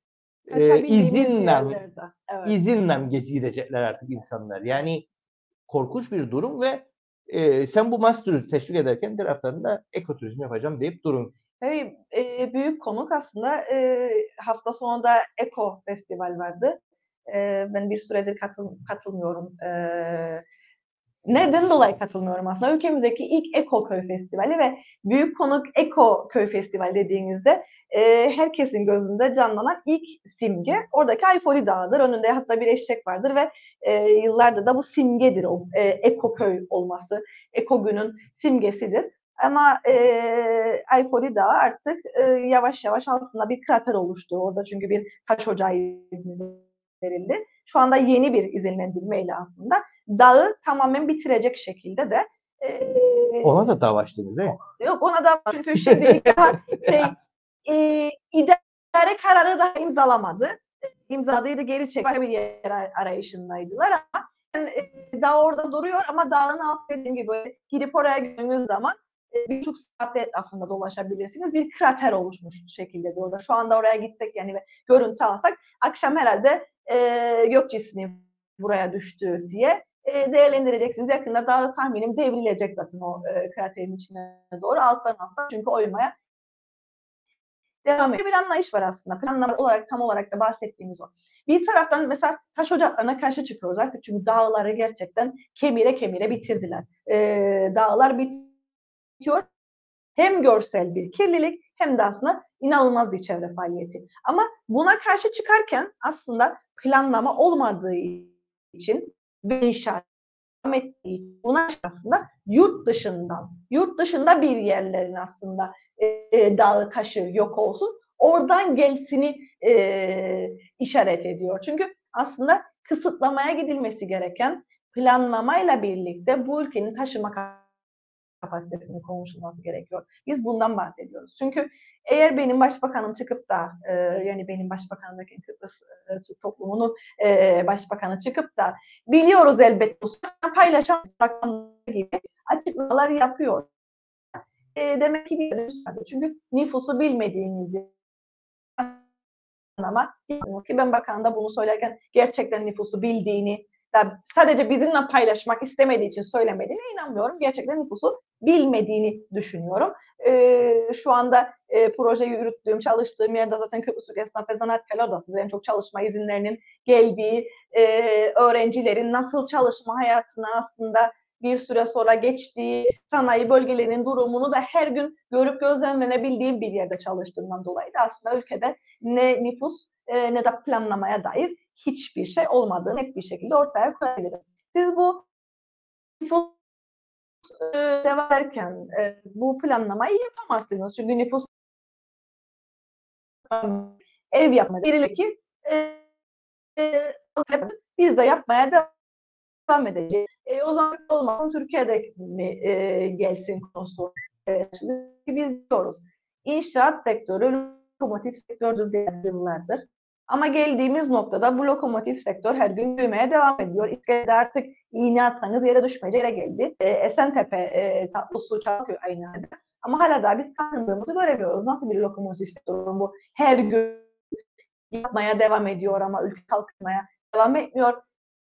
izinle gidecekler artık insanlar. Yani korkunç bir durum ve sen bu master teşvik ederken taraftan da ekoturizm yapacağım deyip durun. Tabii büyük konuk aslında hafta sonu da Eko Festival vardı. Ben bir süredir katılmıyorum. Neden dolayı katılmıyorum aslında? Ülkemizdeki ilk Eko Köy Festivali ve Büyük Konuk Eko Köy Festivali dediğinizde herkesin gözünde canlanan ilk simge oradaki Ayfoli Dağı'dır. Önünde hatta bir eşek vardır ve yıllardır da bu simgedir o Eko Köy olması. Eko Gün'ün simgesidir. Ama Ayfoli Dağı artık yavaş yavaş aslında bir krater oluştu. Orada çünkü bir taş ocağı verildi. Şu anda yeni bir izinlendirmeyle aslında dağı tamamen bitirecek şekilde de Ona da dava açtınız değil mi? yok ona da çünkü şimdilik daha idare kararı da imzalamadı. İmzaladıydı geri çekme bir yer arayışındaydılar ama dağ orada duruyor ama dağın altı dediğim gibi gidip oraya gördüğünüz zaman bir buçuk saatte etrafında dolaşabilirsiniz. Bir krater oluşmuş şekildedir orada. Şu anda oraya gitsek yani ve görüntü alsak akşam herhalde gök cismi buraya düştü diye değerlendireceksiniz. Yakında daha tahminim devrilecek zaten o kraterin içine doğru alttan. Çünkü oymaya devam ediyor. Bir anlayış var aslında. Planlama olarak tam olarak da bahsettiğimiz o. Bir taraftan mesela taş ocaklarına karşı çıkıyoruz artık çünkü dağları gerçekten kemire kemire bitirdiler. Dağlar bitiyor. Hem görsel bir kirlilik hem de aslında inanılmaz bir çevre faaliyeti. Ama buna karşı çıkarken aslında planlama olmadığı için ve inşaat ettiği için buna aslında yurt dışında bir yerlerin aslında dağı taşı yok olsun. Oradan gelsini işaret ediyor. Çünkü aslında kısıtlamaya gidilmesi gereken planlamayla birlikte bu ülkenin taşıma kapasitesinin konuşulması gerekiyor. Biz bundan bahsediyoruz. Çünkü eğer benim başbakanım çıkıp da yani benim başbakanım derken Kıbrıs Türk toplumunun başbakanı çıkıp da biliyoruz elbette paylaşan gibi açıklamalar yapıyor. Demek ki bir çünkü nüfusu bilmediğimizi ama ki ben bakan da bunu söylerken gerçekten nüfusu bildiğini sadece bizimle paylaşmak istemediği için söylemediğine inanmıyorum. Gerçekten nüfusu bilmediğini düşünüyorum. Şu anda proje yürüttüğüm, çalıştığım yerde zaten Kıbrıs Türk Esnaf ve Zanaatkarlar Odası en çok çalışma izinlerinin geldiği, öğrencilerin nasıl çalışma hayatına aslında bir süre sonra geçtiği sanayi bölgelerinin durumunu da her gün görüp gözlemlenebildiğim bir yerde çalıştığımdan dolayı da aslında ülkede ne nüfus ne de planlamaya dair hiçbir şey olmadığını net bir şekilde ortaya koyabilirim. Siz bu nüfus devam ederken bu planlamayı yapamazsınız. Çünkü nüfus ev yapmadı. Birileri ki biz de yapmaya devam edeceğiz. O zaman olmasın Türkiye'de mi gelsin konusu. Biz biliyoruz. İnşaat sektörü lokomotif sektördür diye yıllardır. Ama geldiğimiz noktada bu lokomotif sektör her gün büyümeye devam ediyor. İskele'de artık iğne atsanız yere düşmeyecek yere geldi. Esentepe tatlısu Çağköy aynı anda. Ama hala da biz kandığımızı göremiyoruz. Nasıl bir lokomotif sektörü bu? Her gün yapmaya devam ediyor ama ülke kalkmaya devam etmiyor.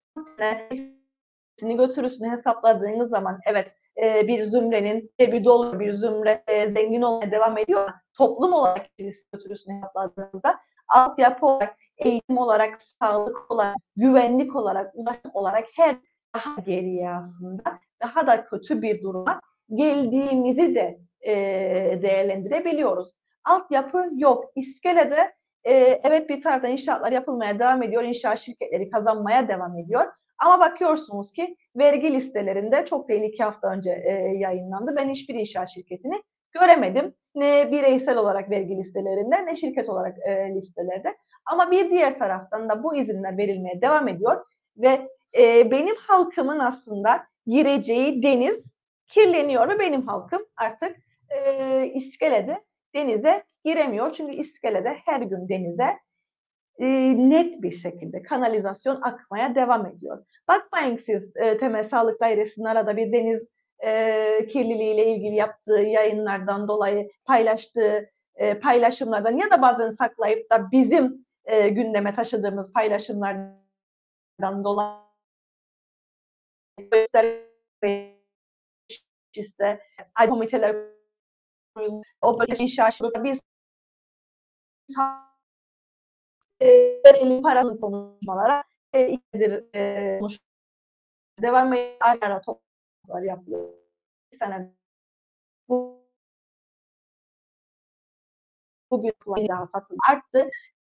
Götürüsünü hesapladığınız zaman evet bir zümrenin cebi dolu bir zümre zengin olmaya devam ediyor. Toplum olarak götürüsünü hesapladığınızda altyapı olarak, eğitim olarak, sağlık olarak, güvenlik olarak, ulaşım olarak her daha geriye aslında daha da kötü bir duruma geldiğimizi de değerlendirebiliyoruz. Altyapı yok. İskele'de evet bir taraftan inşaatlar yapılmaya devam ediyor. İnşaat şirketleri kazanmaya devam ediyor. Ama bakıyorsunuz ki vergi listelerinde çok değil 2 hafta önce yayınlandı. Ben hiçbir inşaat şirketini göremedim. Ne bireysel olarak vergi listelerinde ne şirket olarak listelerde. Ama bir diğer taraftan da bu izinler verilmeye devam ediyor. Ve benim halkımın aslında gireceği deniz kirleniyor ve benim halkım artık iskelede denize giremiyor. Çünkü iskelede her gün denize net bir şekilde kanalizasyon akmaya devam ediyor. Bakmayın siz Temel Sağlık Dairesi'nin arada bir deniz kirliliğiyle ilgili yaptığı yayınlardan dolayı paylaştığı paylaşımlardan ya da bazen saklayıp da bizim gündeme taşıdığımız paylaşımlardan dolayı işte komiteler o böyle inşaat biz verelim paralı konuşmalara ikidir devam ara ara var yapılıyor. Bir sene bugün daha satın arttı.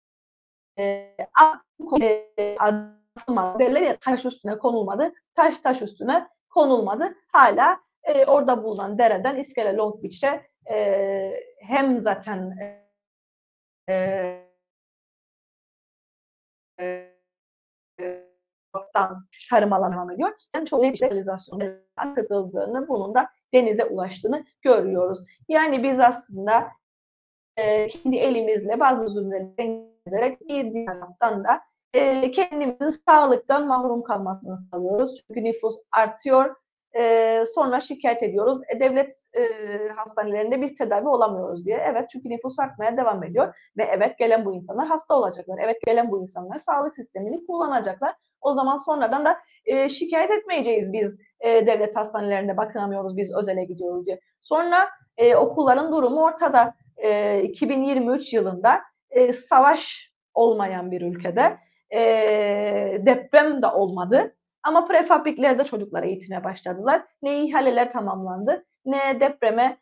Derler ya taş üstüne konulmadı. Taş üstüne konulmadı. Hala orada bulunan dereden İskele Long Beach'e hem zaten tarım alanı devam ediyor. Yani çok bir realizasyona akıtıldığını, bunun da denize ulaştığını görüyoruz. Yani biz aslında kendi elimizle bazı zulümleri dengelerek bir diğer taraftan da kendimizin sağlıktan mahrum kalmasını sağlıyoruz. Çünkü nüfus artıyor. Sonra şikayet ediyoruz. Devlet hastanelerinde biz tedavi olamıyoruz diye. Evet, çünkü nüfus artmaya devam ediyor. Ve evet, gelen bu insanlar hasta olacaklar. Evet, gelen bu insanlar sağlık sistemini kullanacaklar. O zaman sonradan da şikayet etmeyeceğiz biz devlet hastanelerinde bakınamıyoruz, biz özele gidiyoruz diye. Sonra okulların durumu ortada. 2023 yılında savaş olmayan bir ülkede deprem de olmadı. Ama prefabriklerde çocuklar eğitime başladılar. Ne ihaleler tamamlandı, ne depreme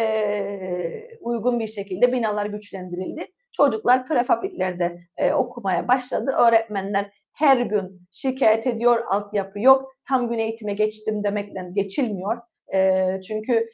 uygun bir şekilde binalar güçlendirildi. Çocuklar prefabriklerde okumaya başladı. Öğretmenler her gün şikayet ediyor, altyapı yok. Tam gün eğitime geçtim demekle geçilmiyor. Çünkü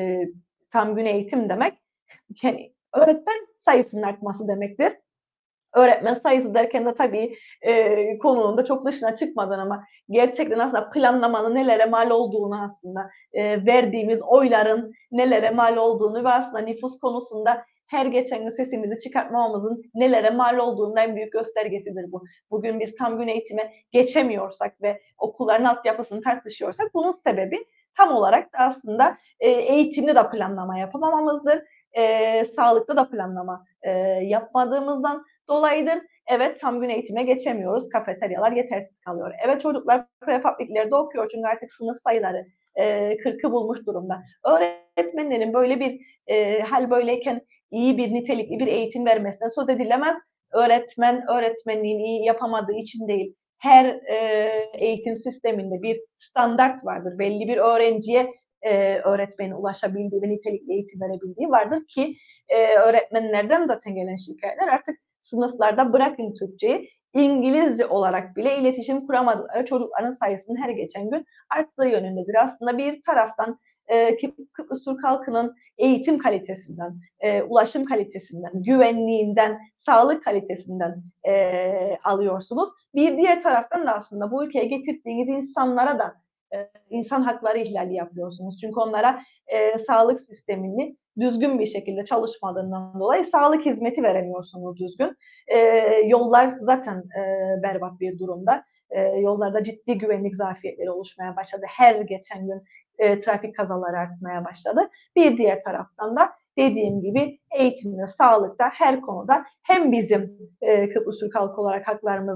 tam gün eğitim demek yani öğretmen sayısının artması demektir. Öğretmen sayısı derken de tabii konunun da çok dışına çıkmadan ama gerçekten aslında planlamanın nelere mal olduğunu aslında verdiğimiz oyların nelere mal olduğunu ve aslında nüfus konusunda her geçen gün sesimizi çıkartmamamızın nelere mal olduğunun en büyük göstergesidir bu. Bugün biz tam gün eğitime geçemiyorsak ve okulların altyapısını tartışıyorsak bunun sebebi tam olarak da aslında eğitimde de planlama yapamamamızdır. Sağlıkta da planlama yapmadığımızdan dolayıdır. Evet, tam gün eğitime geçemiyoruz. Kafeteryalar yetersiz kalıyor. Evet, çocuklar prefabriklerde okuyor çünkü artık sınıf sayıları 40'ı bulmuş durumda. Öğretmenlerin böyle bir hal böyleyken iyi bir nitelikli bir eğitim vermesine söz edilemez. Öğretmen öğretmenliğini iyi yapamadığı için değil. Her eğitim sisteminde bir standart vardır. Belli bir öğrenciye öğretmenin ulaşabildiği ve nitelikli eğitim verebildiği vardır ki öğretmenlerden zaten gelen şikayetler artık sınıflarda bırakın Türkçeyi, İngilizce olarak bile iletişim kuramadıkları çocukların sayısının her geçen gün arttığı yönündedir. Aslında bir taraftan Kıbrıs Türk halkının eğitim kalitesinden, ulaşım kalitesinden, güvenliğinden, sağlık kalitesinden alıyorsunuz. Bir diğer taraftan da aslında bu ülkeye getirdiğiniz insanlara da insan hakları ihlali yapıyorsunuz. Çünkü onlara sağlık sistemini düzgün bir şekilde çalışmadığından dolayı sağlık hizmeti veremiyorsunuz düzgün. Yollar zaten berbat bir durumda. Yollarda ciddi güvenlik zafiyetleri oluşmaya başladı. Her geçen gün trafik kazaları artmaya başladı. Bir diğer taraftan da dediğim gibi eğitimde, sağlıkta, her konuda hem bizim Kıbrıs Türk halkı olarak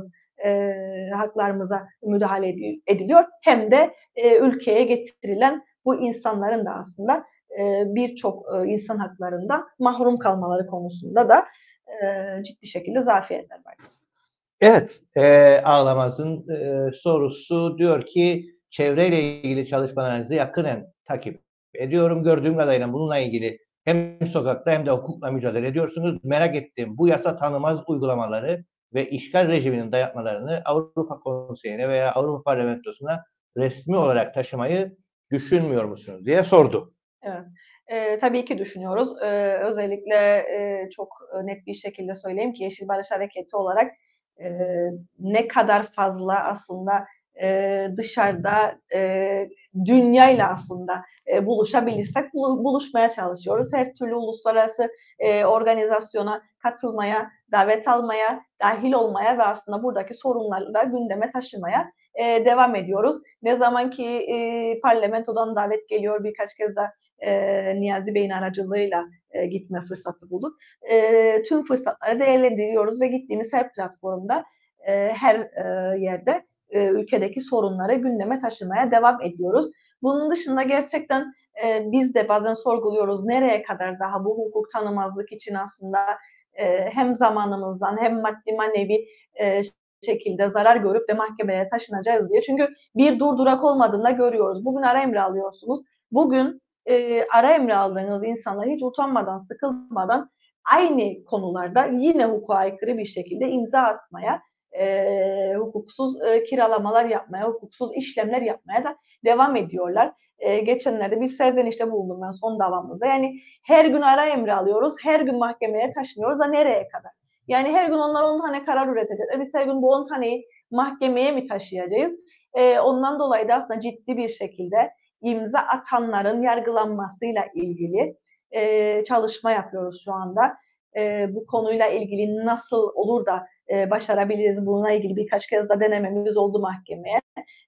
haklarımıza müdahale ediliyor hem de ülkeye getirilen bu insanların da aslında birçok insan haklarından mahrum kalmaları konusunda da ciddi şekilde zafiyetler var. Evet, Ağlamaz'ın sorusu diyor ki çevreyle ilgili çalışmalarınızı yakinen takip ediyorum. Gördüğüm kadarıyla bununla ilgili hem sokakta hem de hukukla mücadele ediyorsunuz. Merak ettiğim bu yasa tanımaz uygulamaları ve işgal rejiminin dayatmalarını Avrupa Konseyi'ne veya Avrupa Parlamentosu'na resmi olarak taşımayı düşünmüyor musunuz diye sordu. Evet. Tabii ki düşünüyoruz. Özellikle çok net bir şekilde söyleyeyim ki Yeşil Barış Hareketi olarak ne kadar fazla aslında dışarıda dünyayla aslında buluşabilirsek buluşmaya çalışıyoruz. Her türlü uluslararası organizasyona katılmaya, davet almaya, dahil olmaya ve aslında buradaki sorunları da gündeme taşımaya devam ediyoruz. Ne zaman ki parlamentodan davet geliyor, birkaç kez de Niyazi Bey'in aracılığıyla gitme fırsatı bulduk. Tüm fırsatları değerlendiriyoruz ve gittiğimiz her platformda, her yerde ülkedeki sorunları gündeme taşımaya devam ediyoruz. Bunun dışında gerçekten biz de bazen sorguluyoruz nereye kadar daha bu hukuk tanımazlık için aslında hem zamanımızdan hem maddi manevi şekilde zarar görüp de mahkemelere taşınacağız diye. Çünkü bir durdurak olmadığında görüyoruz. Bugün ara emri alıyorsunuz. Bugün ara emri aldığınız insanlar hiç utanmadan, sıkılmadan aynı konularda yine hukuka aykırı bir şekilde imza atmaya, hukuksuz kiralamalar yapmaya, hukuksuz işlemler yapmaya da devam ediyorlar. Geçenlerde bir serzenişte bulundum ben son davamızda. Yani her gün ara emri alıyoruz, her gün mahkemeye taşınıyoruz da nereye kadar? Yani her gün onlar 10 tane karar üretecek. Biz her gün bu 10 taneyi mahkemeye mi taşıyacağız? Ondan dolayı da aslında ciddi bir şekilde imza atanların yargılanmasıyla ilgili çalışma yapıyoruz şu anda. Bu konuyla ilgili nasıl olur da başarabiliriz? Bununla ilgili birkaç kez de denememiz oldu mahkemeye.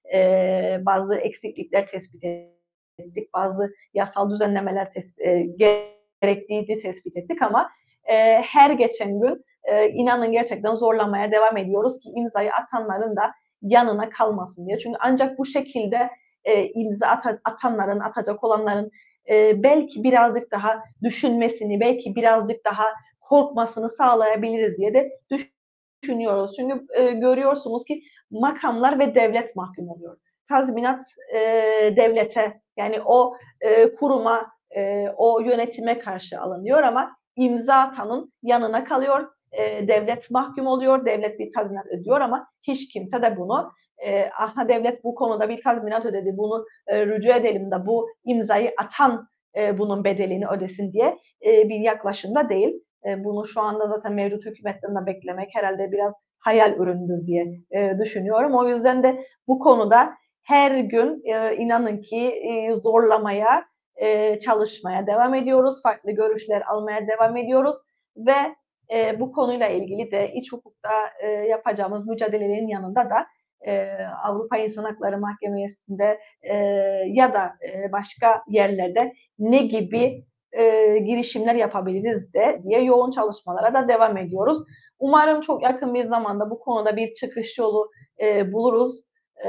Bazı eksiklikler tespit ettik, bazı yasal düzenlemeler gerektiğini tespit ettik ama her geçen gün inanın gerçekten zorlamaya devam ediyoruz ki imzayı atanların da yanına kalmasın diye. Çünkü ancak bu şekilde imza atanların, atacak olanların belki birazcık daha düşünmesini, belki birazcık daha korkmasını sağlayabiliriz diye de düşünüyoruz. Çünkü görüyorsunuz ki makamlar ve devlet mahkum oluyor. Tazminat devlete, yani o kuruma, o yönetime karşı alınıyor ama imza atanın yanına kalıyor. Devlet mahkum oluyor, devlet bir tazminat ödüyor ama hiç kimse de bunu aha devlet bu konuda bir tazminat ödedi, bunu rücu edelim de bu imzayı atan bunun bedelini ödesin diye bir yaklaşımda değil. Bunu şu anda zaten mevcut hükümetten de beklemek herhalde biraz hayal üründür diye düşünüyorum. O yüzden de bu konuda her gün inanın ki zorlamaya, çalışmaya devam ediyoruz. Farklı görüşler almaya devam ediyoruz ve bu konuyla ilgili de iç hukukta yapacağımız mücadelelerin yanında da Avrupa İnsan Hakları Mahkemesi'nde ya da başka yerlerde ne gibi girişimler yapabiliriz de diye yoğun çalışmalara da devam ediyoruz. Umarım çok yakın bir zamanda bu konuda bir çıkış yolu buluruz.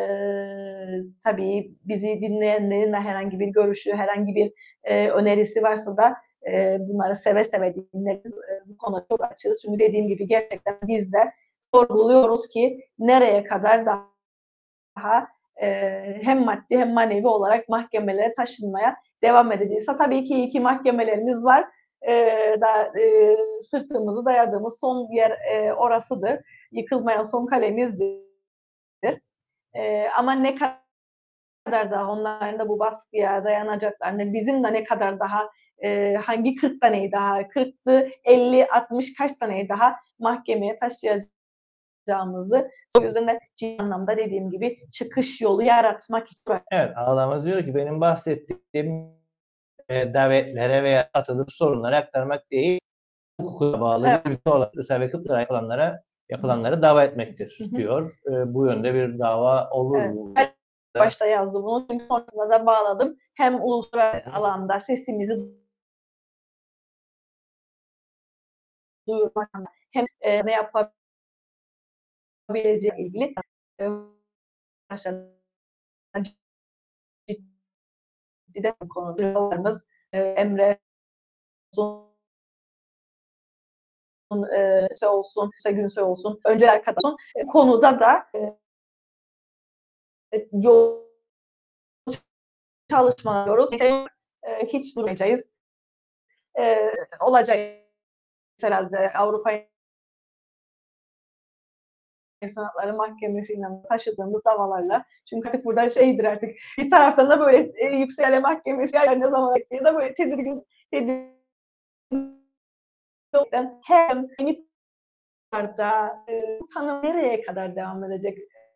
Tabii bizi dinleyenlerin de herhangi bir görüşü, herhangi bir önerisi varsa da bunları seve seve dinleriz. Bu konuda çok açığız. Çünkü dediğim gibi gerçekten biz de sorguluyoruz ki nereye kadar daha hem maddi hem manevi olarak mahkemelere taşınmaya devam edeceğiz. Tabii ki iyi ki mahkemelerimiz var. Sırtımızı dayadığımız son yer orasıdır. Yıkılmayan son kalemizdir. Ama ne kadar daha onların da bu baskıya dayanacaklarını, bizim de ne kadar daha hangi 40 taneyi daha, 40'tı, 50, 60 kaç taneyi daha mahkemeye taşıyacağımızı, o yüzden de ciddi anlamda dediğim gibi çıkış yolu yaratmak için. Evet, Ağlamaz diyor ki benim bahsettiğim davetlere veya atılıp sorunları aktarmak değil, hukuka bağlı Evet. bir ülke olan Rusya ve Kıbrıs'a yapılanları dava etmektir diyor. Bu yönde bir dava olur mu? Evet. Başta yazdım bunu çünkü sonrasında da bağladım. Hem uluslararası alanda sesimizi duyurmak hem ne yapabileceği ilgili ciddi de konularımız Emre olsun, Günsel olsun, önceler kadar olsun konuda da yol çalışmalıyoruz. Hiç durmayacağız. Olacak herhalde Avrupa İnsan Hakları Mahkemesi'yle taşıdığımız davalarla. Çünkü artık burada şeydir artık bir taraftan da böyle Yüksek Mahkemesi ne zaman ya da böyle tedirgin hem da tanım nereye kadar devam edecek?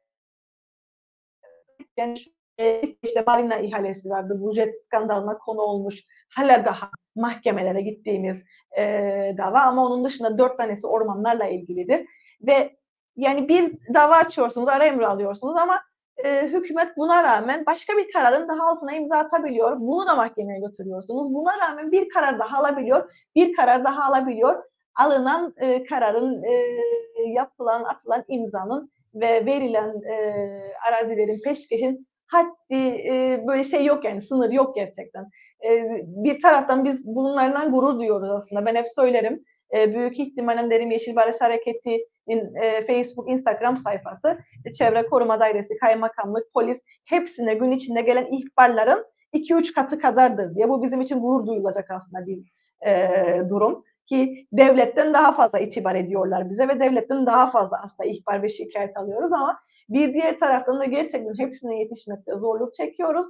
Yani işte Marina ihalesi vardı. Bu jet skandalına konu olmuş. Hala daha mahkemelere gittiğimiz dava ama onun dışında 4 tanesi ormanlarla ilgilidir. Ve yani bir dava açıyorsunuz, ara emri alıyorsunuz ama hükümet buna rağmen başka bir kararın daha altına imza atabiliyor. Bunu da mahkemeye götürüyorsunuz. Buna rağmen bir karar daha alabiliyor. Bir karar daha alabiliyor. Alınan kararın, yapılan, atılan imzanın ve verilen arazilerin peşkeşin haddi böyle şey yok yani sınır yok gerçekten. Bir taraftan biz bunlardan gurur duyuyoruz aslında. Ben hep söylerim. Büyük ihtimalle derim Yeşil Barış Hareketi Facebook, Instagram sayfası, Çevre Koruma Dairesi, Kaymakamlık, polis hepsine gün içinde gelen ihbarların 2-3 katı kadardır diye. Bu bizim için gurur duyulacak aslında bir durum. Ki devletten daha fazla itibar ediyorlar bize ve devletten daha fazla aslında ihbar ve şikayet alıyoruz ama bir diğer taraftan da gerçekten hepsine yetişmekte zorluk çekiyoruz.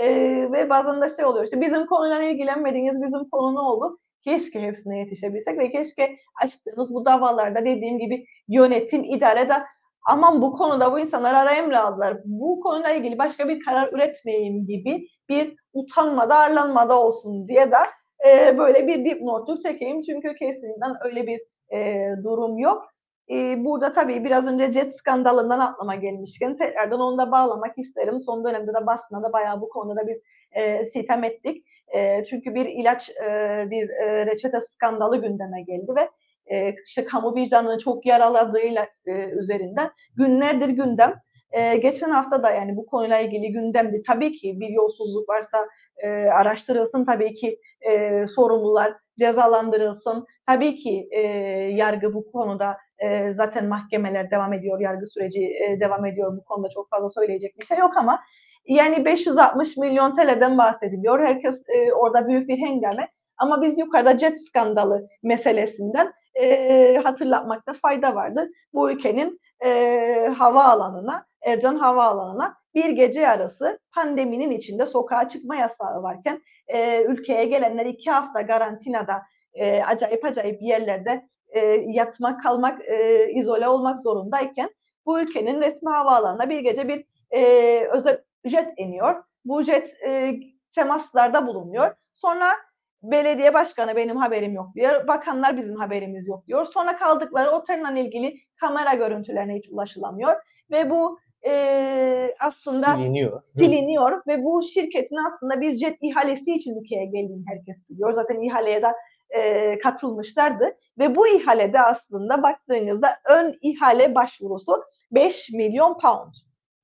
Ve bazen de şey oluyor işte bizim konuyla ilgilenmediğiniz bizim konu ne olur? Keşke hepsine yetişebilsek ve keşke açtığımız bu davalarda dediğim gibi yönetim, idare de aman bu konuda bu insanlar ara emri aldılar. Bu konuyla ilgili başka bir karar üretmeyeyim gibi bir utanmada, arlanmada olsun diye de böyle bir dipnotluk çekeyim. Çünkü kesinlikle öyle bir durum yok. Burada tabii biraz önce jet skandalından aklıma gelmişken tekrardan onu da bağlamak isterim. Son dönemde de basına da bayağı bu konuda biz sitem ettik. Çünkü bir ilaç, bir reçete skandalı gündeme geldi ve işte kamu vicdanını çok yaraladığıyla üzerinden günlerdir gündem. Geçen hafta da yani bu konuyla ilgili gündemdi. Tabii ki bir yolsuzluk varsa araştırılsın. Tabii ki sorumlular cezalandırılsın. Tabii ki yargı bu konuda zaten mahkemeler devam ediyor, yargı süreci devam ediyor. Bu konuda çok fazla söyleyecek bir şey yok ama yani 560 milyon TL'den bahsediliyor. Herkes orada büyük bir hengame. Ama biz yukarıda jet skandalı meselesinden hatırlatmakta fayda vardır. Bu ülkenin havaalanına, Ercan Havaalanı'na bir gece yarısı pandeminin içinde sokağa çıkma yasağı varken ülkeye gelenler 2 hafta karantinada acayip yerlerde yatmak, kalmak, izole olmak zorundayken bu ülkenin resmi havaalanına bir gece bir özel jet iniyor. Bu jet temaslarda bulunuyor. Sonra belediye başkanı benim haberim yok diyor. Bakanlar bizim haberimiz yok diyor. Sonra kaldıkları otelle ilgili kamera görüntülerine hiç ulaşılamıyor. Ve bu aslında siliniyor ve bu şirketin aslında bir jet ihalesi için ülkeye geldiğini herkes biliyor. Zaten ihaleye de katılmışlardı ve bu ihalede aslında baktığınızda ön ihale başvurusu 5 milyon pound.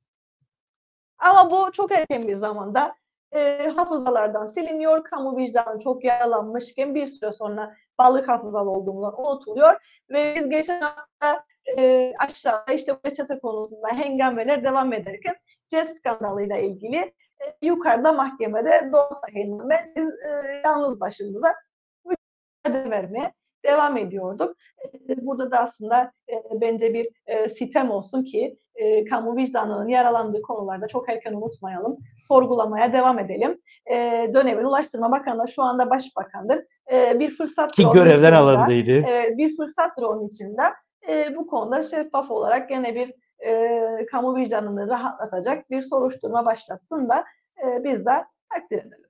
Ama bu çok erken bir zamanda hafızalardan siliniyor. Kamu vicdanı çok yaralanmışken bir süre sonra balık hafızalı olduğundan unutuluyor ve biz geçen hafta aşağıda işte bu reçete konusunda hengameler devam ederken jet skandalıyla ilgili yukarıda mahkemede dosya yayınlandı. Biz yalnız başımıza mücadele vermeye devam ediyorduk. Burada da aslında bence bir sitem olsun ki kamu vicdanının yaralandığı konularda çok erken unutmayalım. Sorgulamaya devam edelim. Dönemin Ulaştırma Bakanı şu anda Başbakandır. Bir fırsattır ki görevden alındıydı. Bir fırsattır onun içinde. Bu konuda şeffaf olarak gene bir kamu vicdanını rahatlatacak bir soruşturma başlatsın da biz de takdir edelim.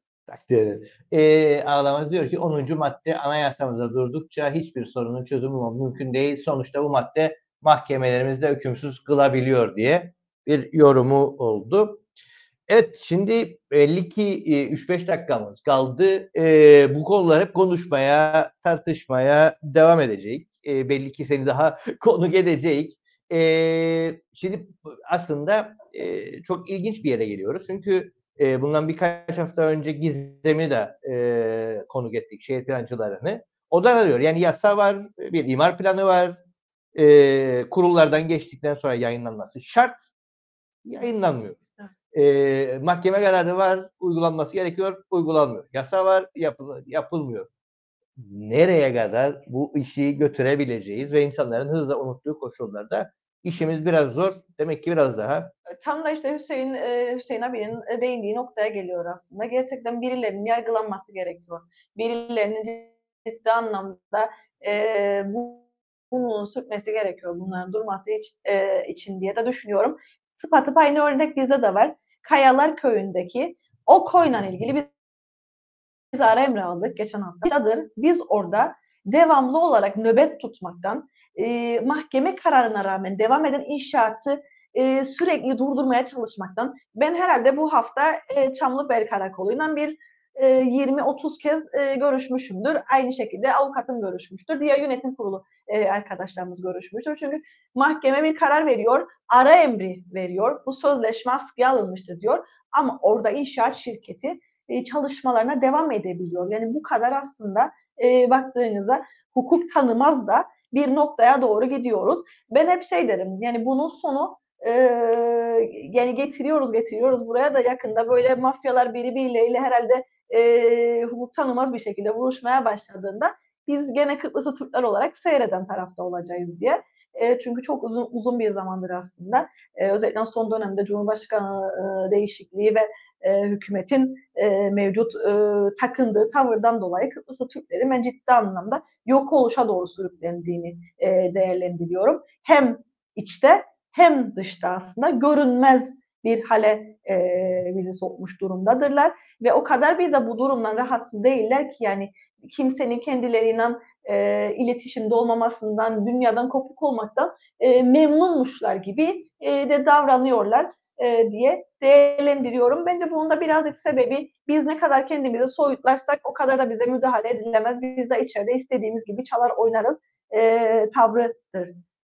Ağlamaz diyor ki 10. madde anayasamızda durdukça hiçbir sorunun çözümü mümkün değil. Sonuçta bu madde mahkemelerimizde hükümsüz kılabiliyor diye bir yorumu oldu. Evet, şimdi belli ki 3-5 dakikamız kaldı. Bu konular hep konuşmaya, tartışmaya devam edecek. Belli ki seni daha konuk edecek. Şimdi aslında çok ilginç bir yere geliyoruz. Çünkü bundan birkaç hafta önce Gizem'i de konuk ettik, şehir plancılarını. O da diyor yani yasa var, bir imar planı var. Kurullardan geçtikten sonra yayınlanması şart, yayınlanmıyor. Mahkeme kararı var, uygulanması gerekiyor, uygulanmıyor. Yasa var, yapılmıyor. Nereye kadar bu işi götürebileceğiz ve insanların hızla unuttuğu koşullarda işimiz biraz zor. Demek ki biraz daha. Tam da işte Hüseyin abinin değindiği noktaya geliyor aslında. Gerçekten birilerinin yargılanması gerekiyor. Birilerinin ciddi anlamda bunun sürtmesi gerekiyor. Bunların durması için diye de düşünüyorum. Tıpatıp aynı örnek bizde de var. Kayalar Köyü'ndeki o koyla ilgili biz ara emri aldık geçen hafta. Biz orada devamlı olarak nöbet tutmaktan, mahkeme kararına rağmen devam eden inşaatı sürekli durdurmaya çalışmaktan, ben herhalde bu hafta Çamlıbel Karakolu'yla bir 20-30 kez görüşmüşümdür. Aynı şekilde avukatım görüşmüştür. Diğer yönetim kurulu arkadaşlarımız görüşmüştür. Çünkü mahkeme bir karar veriyor, ara emri veriyor. Bu sözleşme askıya alınmıştır diyor. Ama orada inşaat şirketi çalışmalarına devam edebiliyor. Yani bu kadar aslında baktığınızda hukuk tanımaz da bir noktaya doğru gidiyoruz. Ben hep şey derim, yani bunun sonu yani getiriyoruz buraya da yakında böyle mafyalar birbirleriyle herhalde hukuk tanımaz bir şekilde vuruşmaya başladığında biz gene Kıbrıslı Türkler olarak seyreden tarafta olacağız diye. Çünkü çok uzun bir zamandır aslında. Özellikle son dönemde Cumhurbaşkanı değişikliği ve hükümetin mevcut takındığı tavırdan dolayı Kıbrıslı Türklerin ben ciddi anlamda yok oluşa doğru sürüklendiğini değerlendiriyorum. Hem içte hem dışta aslında görünmez bir hale bizi sokmuş durumdadırlar ve o kadar bir de bu durumdan rahatsız değiller ki yani kimsenin kendileriyle iletişimde olmamasından, dünyadan kopuk olmaktan memnunmuşlar gibi de davranıyorlar diye değerlendiriyorum. Bence bunun da birazcık sebebi biz ne kadar kendimizi soyutlarsak o kadar da bize müdahale edilemez. Biz de içeride istediğimiz gibi çalar oynarız tavrıdır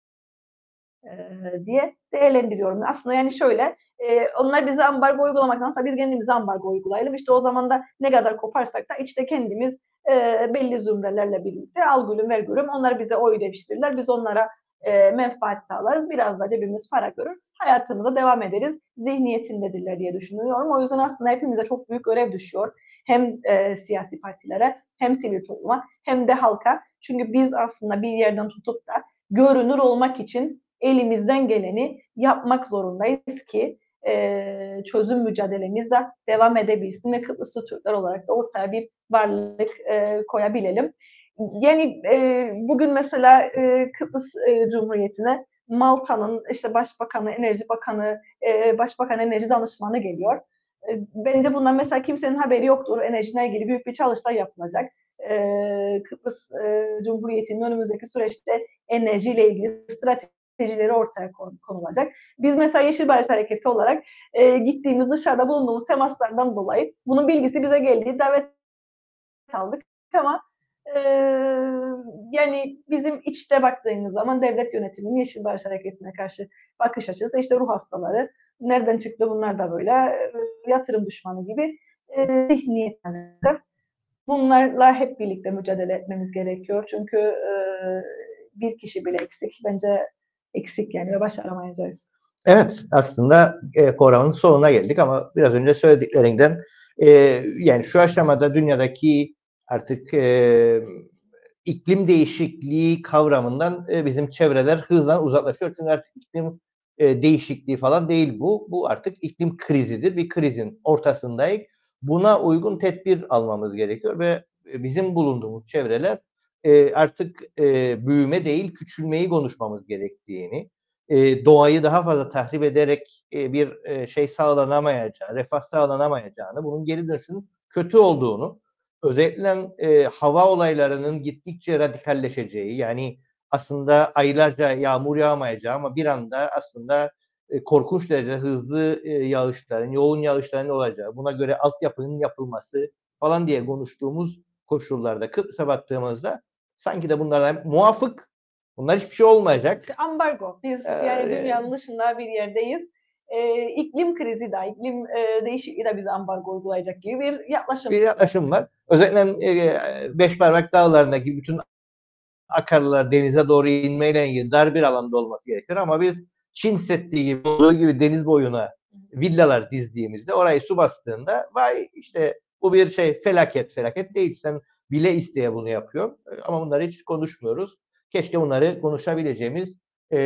diye değerlendiriyorum. Aslında yani şöyle, onlar bize ambargo uygulamaktansa biz kendimize ambargo uygulayalım. İşte o zaman da ne kadar koparsak da işte kendimiz belli zümrelerle birlikte al gülüm ver gülüm. Onlar bize oy devşirirler. Biz onlara menfaat sağlarız. Biraz da cebimiz para görür. Hayatımıza devam ederiz. Zihniyetindedirler diye düşünüyorum. O yüzden aslında hepimize çok büyük görev düşüyor. Hem siyasi partilere, hem sivil topluma, hem de halka. Çünkü biz aslında bir yerden tutup da görünür olmak için elimizden geleni yapmak zorundayız ki çözüm mücadelemize devam edebilsin ve Kıbrıslı Türkler olarak da ortaya bir varlık koyabilelim. Yani bugün mesela Kıbrıs Cumhuriyeti'ne Malta'nın işte Başbakanı, Enerji Bakanı, Başbakan Enerji Danışmanı geliyor. Bence bundan mesela kimsenin haberi yoktur. Enerjiyle ilgili büyük bir çalıştay yapılacak. Kıbrıs Cumhuriyeti'nin önümüzdeki süreçte enerjiyle ilgili stratejileri ortaya konulacak. Biz mesela Yeşil Barış Hareketi olarak gittiğimiz dışarıda bulunduğumuz temaslardan dolayı bunun bilgisi bize geldiği davet aldık ama yani bizim içte baktığımız zaman devlet yönetiminin Yeşil Barış Hareketi'ne karşı bakış açısı işte ruh hastaları nereden çıktı bunlar da böyle yatırım düşmanı gibi zihniyetler. Bunlarla hep birlikte mücadele etmemiz gerekiyor. Çünkü bir kişi bile eksik. Bence eksik yani ve başaramayacağız. Evet, aslında programın sonuna geldik ama biraz önce söylediklerinden yani şu aşamada dünyadaki artık iklim değişikliği kavramından bizim çevreler hızla uzaklaşıyor. Çünkü artık iklim değişikliği falan değil bu. Bu artık iklim krizidir. Bir krizin ortasındayız. Buna uygun tedbir almamız gerekiyor ve bizim bulunduğumuz çevreler artık büyüme değil küçülmeyi konuşmamız gerektiğini, doğayı daha fazla tahrip ederek bir şey sağlanamayacağı, refah sağlanamayacağını, bunun geri dönüşünün kötü olduğunu, özellikle hava olaylarının gittikçe radikalleşeceği, yani aslında aylarca yağmur yağmayacağı ama bir anda aslında korkunç derecede hızlı yağışların, yoğun yağışların olacağı, buna göre altyapının yapılması falan diye konuştuğumuz koşullarda Kıbrıs'a baktığımızda sanki de bunlardan muvafık, bunlar hiçbir şey olmayacak. İşte ambargo. Biz yani dünyanın dışında bir yerdeyiz. İklim krizi de, iklim değişikliği de bize ambargo uygulayacak gibi bir yaklaşım var. Özellikle Beşparmak Dağları'ndaki bütün akarlar denize doğru inmeyle ilgili dar bir alanda olması gerekir ama biz Çin Seddi gibi olduğu gibi deniz boyuna villalar dizdiğimizde orayı su bastığında vay işte bu bir şey felaket değil. Sen bile isteye bunu yapıyor. Ama bunları hiç konuşmuyoruz. Keşke bunları konuşabileceğimiz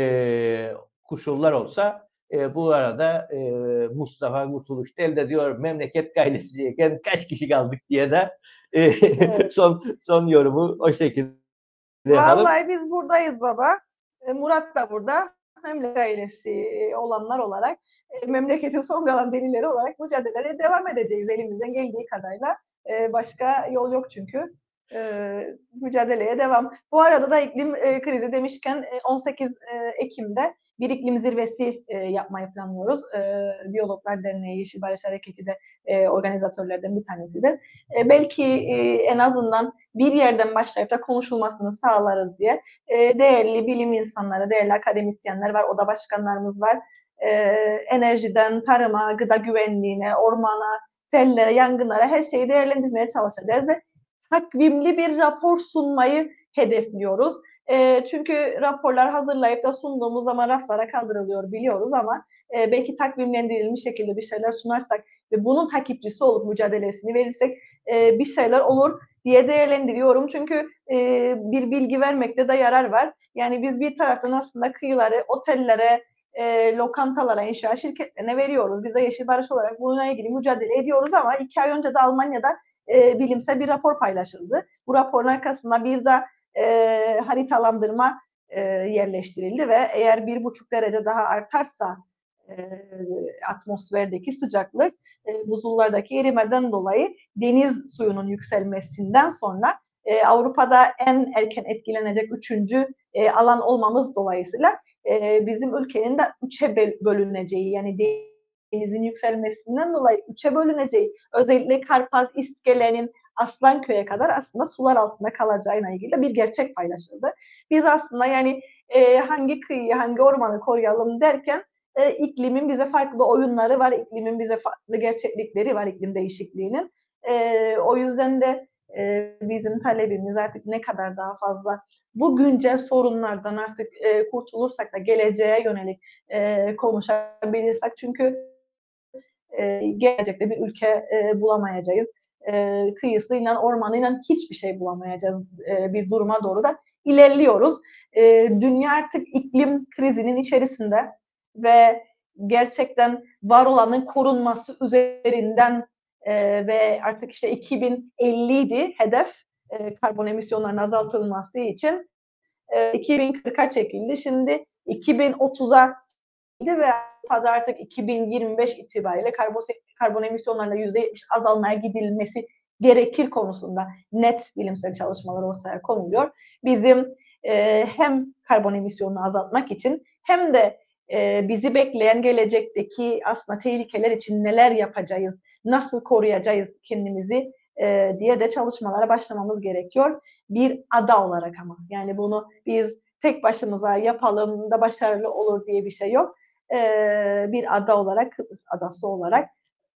koşullar olsa. Bu arada Mustafa Kurtuluş elde diyor memleket gayrısıyken kaç kişi kaldık diye de evet. son yorumu o şekilde yapalım. Vallahi biz buradayız baba. Murat da burada. Memleket ailesi olanlar olarak memleketin son kalan delileri olarak mücadeleye devam edeceğiz elimizden geldiği kadarıyla. Başka yol yok çünkü. Mücadeleye devam. Bu arada da iklim krizi demişken 18 Ekim'de bir iklim zirvesi yapmayı planlıyoruz. Biyologlar Derneği, Yeşil Barış Hareketi de organizatörlerden bir tanesidir. Belki en azından bir yerden başlayıp da konuşulmasını sağlarız diye değerli bilim insanları, değerli akademisyenler var, oda başkanlarımız var. Enerjiden tarıma, gıda güvenliğine, ormana, sellere, yangınlara her şeyi değerlendirmeye çalışacağız ve takvimli bir rapor sunmayı hedefliyoruz. Çünkü raporlar hazırlayıp da sunduğumuz zaman raflara kaldırılıyor biliyoruz ama belki takvimlendirilmiş şekilde bir şeyler sunarsak ve bunun takipçisi olup mücadelesini verirsek bir şeyler olur diye değerlendiriyorum. Çünkü bir bilgi vermekte de yarar var. Yani biz bir taraftan aslında kıyıları, otellere, lokantalara, inşaat şirketlerine veriyoruz. Bize Yeşil Barış olarak bununla ilgili mücadele ediyoruz ama 2 ay önce de Almanya'da bilimsel bir rapor paylaşıldı. Bu raporun arkasında bir de haritalandırma yerleştirildi ve eğer 1,5 derece daha artarsa atmosferdeki sıcaklık buzullardaki erimeden dolayı deniz suyunun yükselmesinden sonra Avrupa'da en erken etkilenecek 3. alan olmamız dolayısıyla bizim ülkenin de 3'e bölüneceği yani denizin yükselmesinden dolayı 3'e bölüneceği özellikle Karpaz, İskele'nin Aslanköy'e kadar aslında sular altında kalacağına ilgili de bir gerçek paylaşıldı. Biz aslında yani hangi kıyıyı, hangi ormanı koruyalım derken iklimin bize farklı oyunları var, iklimin bize farklı gerçeklikleri var iklim değişikliğinin. O yüzden de bizim talebimiz artık ne kadar daha fazla bu güncel sorunlardan artık kurtulursak da geleceğe yönelik konuşabilirsek çünkü gelecekte bir ülke bulamayacağız. Kıyısıyla, ormanıyla hiçbir şey bulamayacağız bir duruma doğru da ilerliyoruz. Dünya artık iklim krizinin içerisinde ve gerçekten var olanın korunması üzerinden ve artık işte 2050 idi hedef karbon emisyonlarının azaltılması için 2040'a çekildi. Şimdi 2030'a ve Avrupa'da artık 2025 itibariyle karbon emisyonlarında %70 azalmaya gidilmesi gerekir konusunda net bilimsel çalışmalar ortaya konuluyor. Bizim hem karbon emisyonunu azaltmak için hem de bizi bekleyen gelecekteki aslında tehlikeler için neler yapacağız, nasıl koruyacağız kendimizi diye de çalışmalara başlamamız gerekiyor. Bir ada olarak ama. Yani bunu biz tek başımıza yapalım da başarılı olur diye bir şey yok. Bir ada olarak, Kıbrıs adası olarak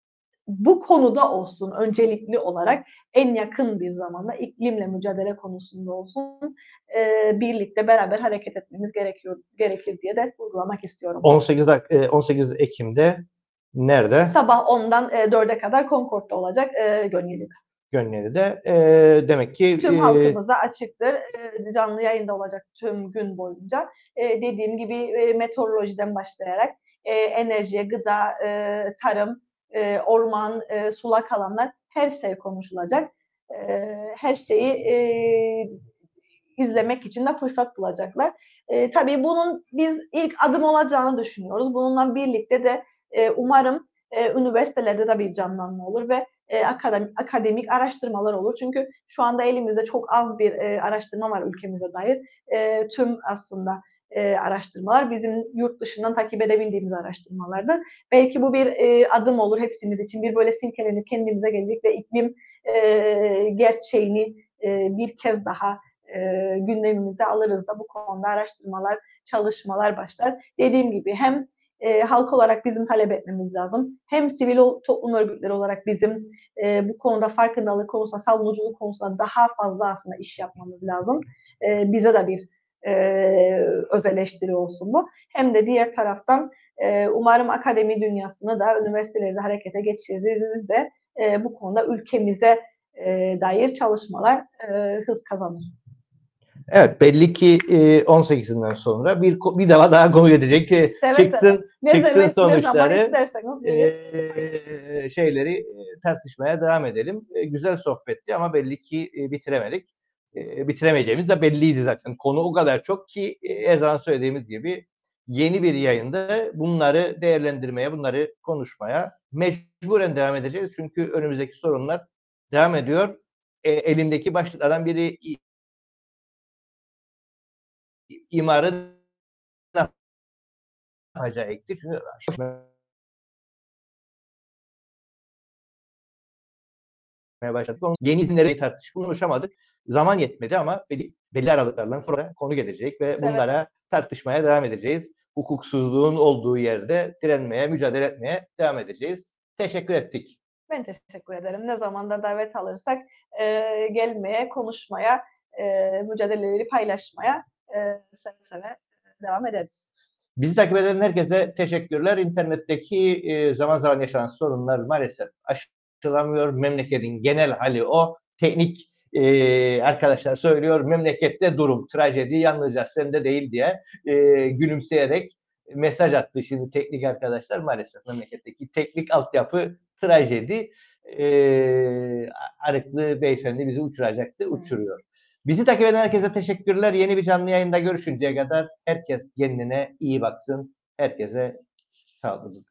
bu konuda olsun öncelikli olarak en yakın bir zamanda iklimle mücadele konusunda olsun birlikte beraber hareket etmemiz gerekir diye de vurgulamak istiyorum. 18 Ekim'de nerede? Sabah 10'dan 4'e kadar Concord'da olacak Gönyeli'de. Gönyeli'de. Demek ki tüm halkımıza açıktır. Canlı yayında olacak tüm gün boyunca. Dediğim gibi meteorolojiden başlayarak enerjiye, gıda, tarım, orman, sulak alanlar her şey konuşulacak. Her şeyi izlemek için de fırsat bulacaklar. Tabii bunun biz ilk adım olacağını düşünüyoruz. Bununla birlikte de umarım üniversitelerde de bir canlanma olur ve akademik araştırmalar olur. Çünkü şu anda elimizde çok az bir araştırma var ülkemize dair. Tüm aslında araştırmalar bizim yurt dışından takip edebildiğimiz araştırmalardır. Belki bu bir adım olur hepsimiz için. Bir böyle silkelenip kendimize geldik ve iklim gerçeğini bir kez daha gündemimize alırız da bu konuda araştırmalar, çalışmalar başlar. Dediğim gibi hem halk olarak bizim talep etmemiz lazım. Hem sivil toplum örgütleri olarak bizim bu konuda farkındalık konusunda, savunuculuk konusunda daha fazla aslında iş yapmamız lazım. Bize de bir öz eleştiri olsun bu. Hem de diğer taraftan umarım akademi dünyasını da üniversiteleri de harekete geçiririz de bu konuda ülkemize dair çalışmalar hız kazanır. Evet, belli ki 18'inden sonra bir defa daha konu edecek ki çıksın sonuçları şeyleri tartışmaya devam edelim. Güzel sohbetti ama belli ki bitiremedik. Bitiremeyeceğimiz de belliydi zaten. Konu o kadar çok ki her zaman söylediğimiz gibi yeni bir yayında bunları değerlendirmeye, bunları konuşmaya mecburen devam edeceğiz. Çünkü önümüzdeki sorunlar devam ediyor. Elimdeki başlıklardan biri imarı ne yapacaktı? Çünkü başladık. Yeni izinleri tartışıp konuşamadık. Zaman yetmedi ama belli aralıklarla sonra konu gelecek ve bunlara tartışmaya devam edeceğiz. Hukuksuzluğun olduğu yerde direnmeye, mücadele etmeye devam edeceğiz. Teşekkür ettik. Ben teşekkür ederim. Ne zaman da davet alırsak gelmeye, konuşmaya, mücadeleleri paylaşmaya seve seve devam ederiz. Bizi takip eden herkese teşekkürler. İnternetteki zaman zaman yaşanan sorunlar maalesef aşılamıyor. Memleketin genel hali o. Teknik arkadaşlar söylüyor. Memlekette durum, trajedi yalnızca sende değil diye gülümseyerek mesaj attı şimdi teknik arkadaşlar. Maalesef memleketteki teknik altyapı trajedi. Arıklı beyefendi bizi uçuracaktı, uçuruyor. Bizi takip eden herkese teşekkürler. Yeni bir canlı yayında görüşünceye kadar herkes kendine iyi baksın. Herkese sağlıklı.